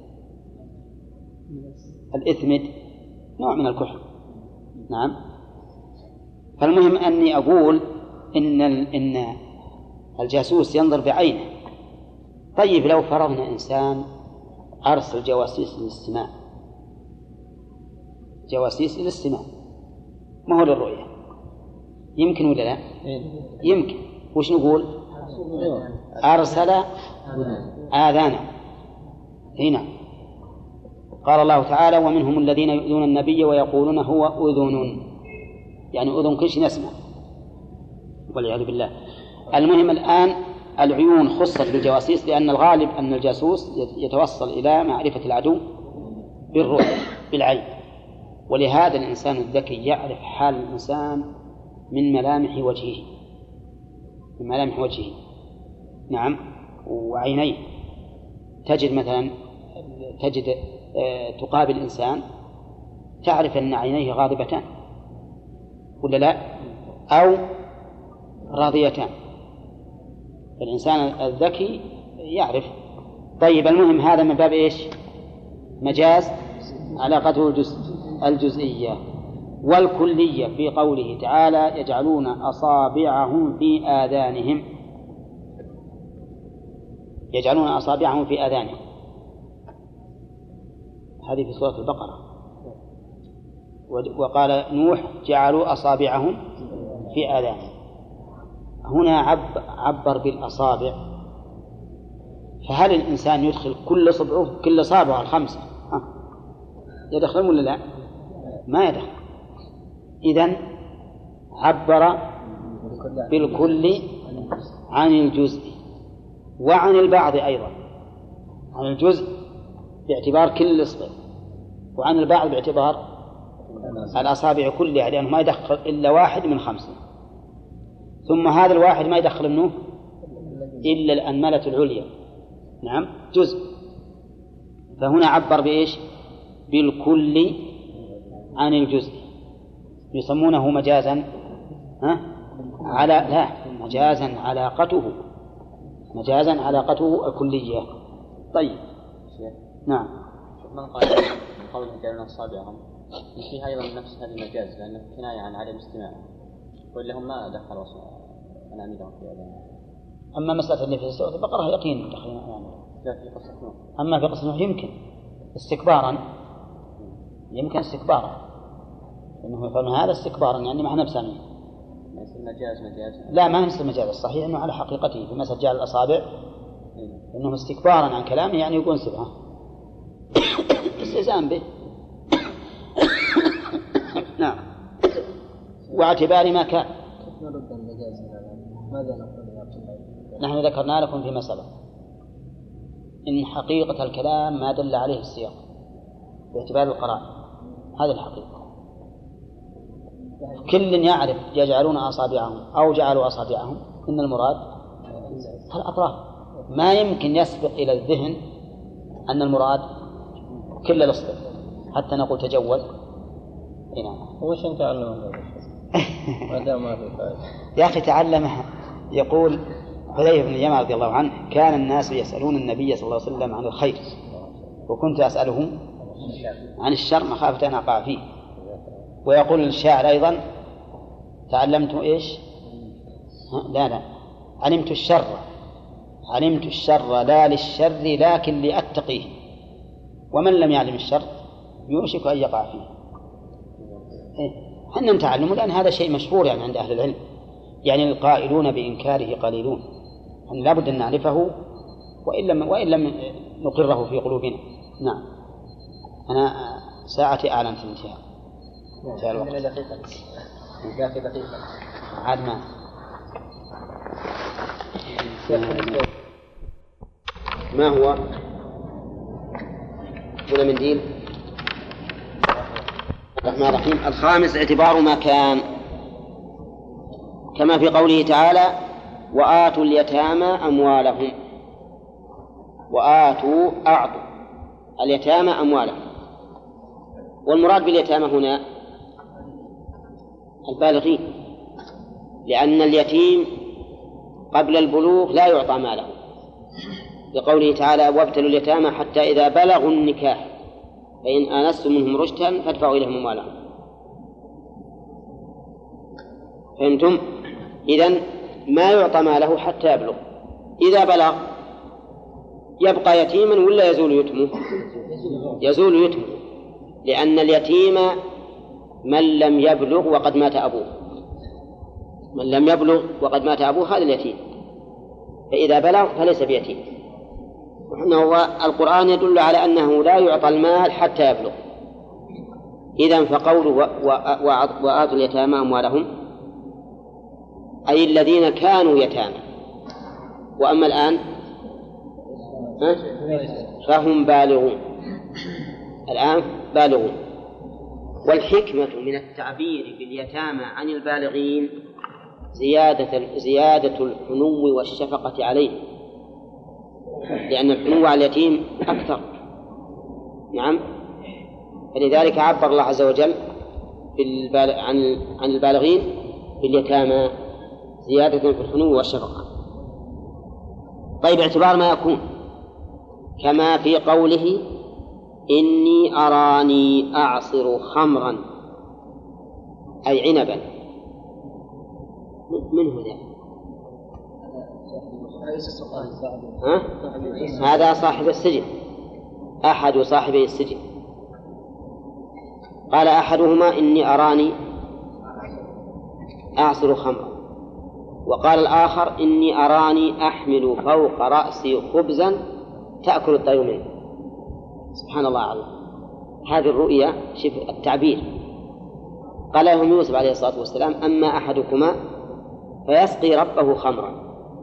[SPEAKER 5] الإثمد نوع من الكحل. نعم. فالمهم أني أقول إن الجاسوس ينظر بعينه. طيب، لو فرضنا إنسان أرسل جواسيس للاستماع، الجواسيس للاستماع ما هو للرؤية. يمكن ولا لا؟ يمكن. وش نقول؟ أرسل آذانا. هنا قال الله تعالى ومنهم الذين يؤذون النبي ويقولون هو أذن، يعني أذن كل شيء نسمع والعياذ بالله. المهم الآن العيون خصت بالجواسيس لأن الغالب أن الجاسوس يتوصل إلى معرفة العدو بالرؤية بالعين، ولهذا الإنسان الذكي يعرف حال الإنسان من ملامح وجهه، من ملامح وجهه. نعم. وعينيه تجد مثلا تقابل إنسان تعرف أن عينيه غاضبتان ولا لا، أو راضيتان. الإنسان الذكي يعرف. طيب المهم هذا من باب إيش؟ مجاز علاقته الجزئية. والكلية في قوله تعالى يجعلون أصابعهم في آذانهم، يجعلون أصابعهم في آذانهم، هذه في سورة البقرة. وقال نوح جعلوا أصابعهم في آذانهم. هنا عبر بالأصابع، فهل الإنسان يدخل كل صابع الخمسة يدخل ولا لا؟ ما يدخل. إذن عبر بالكل عن الجزء وعن البعض أيضا، عن الجزء باعتبار كل إصبع وعن البعض باعتبار الأصابع كلها، لأنه ما يدخل إلا واحد من خمسة. ثم هذا الواحد ما يدخل منه إلا الأنملة العليا. نعم جزء. فهنا عبر بإيش؟ بالكل عن الجزء. يسمونه مجازا مجازا علاقته الكلية. طيب نعم.
[SPEAKER 7] من قال قوله يجعلون أصابعهم فيها أيضا نفس هذا المجاز لأنه كناية عن عدم استماع، ولا هم ما دخلوا أناملهم في هذا.
[SPEAKER 5] أما مسألة اللي في سورة البقرة يقين دخلنا أناملهم.
[SPEAKER 7] لا في قصة نوح.
[SPEAKER 5] أما في قصة نوح يمكن استكبارا، إنه يفعلون هذا استكبارا، يعني ما احنا بسامعين.
[SPEAKER 7] مجاز
[SPEAKER 5] لا ما نسمى مجاز، الصحيح إنه على حقيقته في مسألة جعل الأصابع إنه استكبارا عن كلامه، يعني يقول سبحانه استهزاء به. نعم. واعتبار ما كان. نحن ذكرنا لكم فيما سبق إن حقيقة الكلام ما دل عليه السياق باعتبار القرائن، هذه الحقيقة. كل يعرف يجعلون أصابعهم أو جعلوا أصابعهم إن المراد الأطراف، ما يمكن يسبق إلى الذهن أن المراد كل الأصبع حتى نقول تجول.
[SPEAKER 6] وش أنت تعلمه ما دام ما في فائدة
[SPEAKER 5] يا أخي تعلمها. يقول حذيفة بن اليمان رضي الله عنه كان الناس يسألون النبي صلى الله عليه وسلم عن الخير وكنت أسأله عن الشر مخافة أن أقع فيه. ويقول الشاعر أيضا تعلمت إيش؟ لا علمت الشر لا للشر لكن لأتقيه، ومن لم يعلم الشر يوشك أن يقع فيه. حنا نتعلم لأن هذا شيء مشهور يعني عند أهل العلم، يعني القائلون بإنكاره قليلون، لا بد أن نعرفه وإن لم نقره في قلوبنا. نعم. أنا ساعتي أعلن في الانتهاء.
[SPEAKER 3] دقيقة
[SPEAKER 5] عاد ما هو ولا منديل الرحمن الرحيم. الخامس اعتبار ما كان، كما في قوله تعالى وآتوا اليتامى أموالهم. أعطوا اليتامى أموالهم، والمراد باليتامى هنا البالغين، لأن اليتيم قبل البلوغ لا يعطى ماله، لقوله تعالى وابتلوا اليتامى حتى إذا بلغوا النكاح فإن آنستم منهم رشدا فادفعوا إليهم أموالهم. فهمتم؟ إذن ما يعطى ماله حتى يبلغ. إذا بلغ يبقى يتيما ولا يزول يتمه؟ يزول يتمه، لأن اليتيم من لم يبلغ وقد مات أبوه. من لم يبلغ وقد مات أبوه هذا اليتيم، فإذا بلغ فليس بيتيم. القرآن يدل على أنه لا يعطى المال حتى يبلغ. إذن فقوله وآتوا اليتامى أموالهم أي الذين كانوا يتامى، وأما الآن فهم بالغون، الآن بالغون. والحكمة من التعبير باليتامى عن البالغين زيادة الحنو والشفقة عليه، لأن الحنو على اليتيم أكثر. نعم، فلذلك عبر الله عز وجل عن البالغين باليتامى زيادة في الحنو والشفقة. طيب، اعتبار ما يكون كما في قوله إني أراني أعصر خمرا أي عنبا، من هنا؟ هذا صاحب السجن، أحد صاحبي السجن. قال أحدهما إني أراني أعصر خمرا، وقال الآخر إني أراني أحمل فوق رأسي خبزا تأكل الطير منه. سبحان الله عليه، هذه الرؤيا شوف التعبير. قال لهم يوسف عليه الصلاة والسلام أما أحدكما فيسقي ربه خمرا،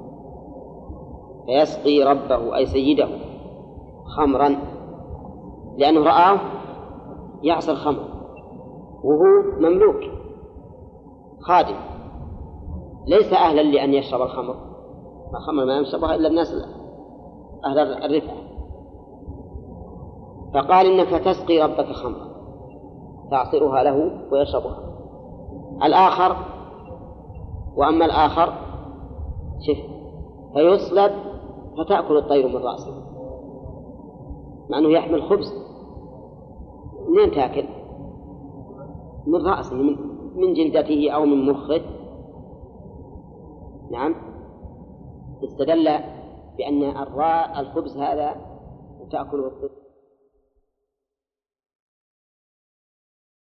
[SPEAKER 5] فيسقي ربه أي سيده خمرا، لأنه رآه يعصر خمر وهو مملوك خادم ليس أهلا لأن يشرب الخمر. الخمر ما يشربها إلا الناس أهل الرفعة. فقال إنك تسقي ربك خمرا تعصرها له ويشربها. الآخر وأما الآخر شف فيصلب فتأكل الطير من رأسه، مع أنه يحمل خبز. منين تأكل؟ من رأسه، من جلدته أو من مخه. نعم، استدل بأن الخبز هذا تأكله الطير.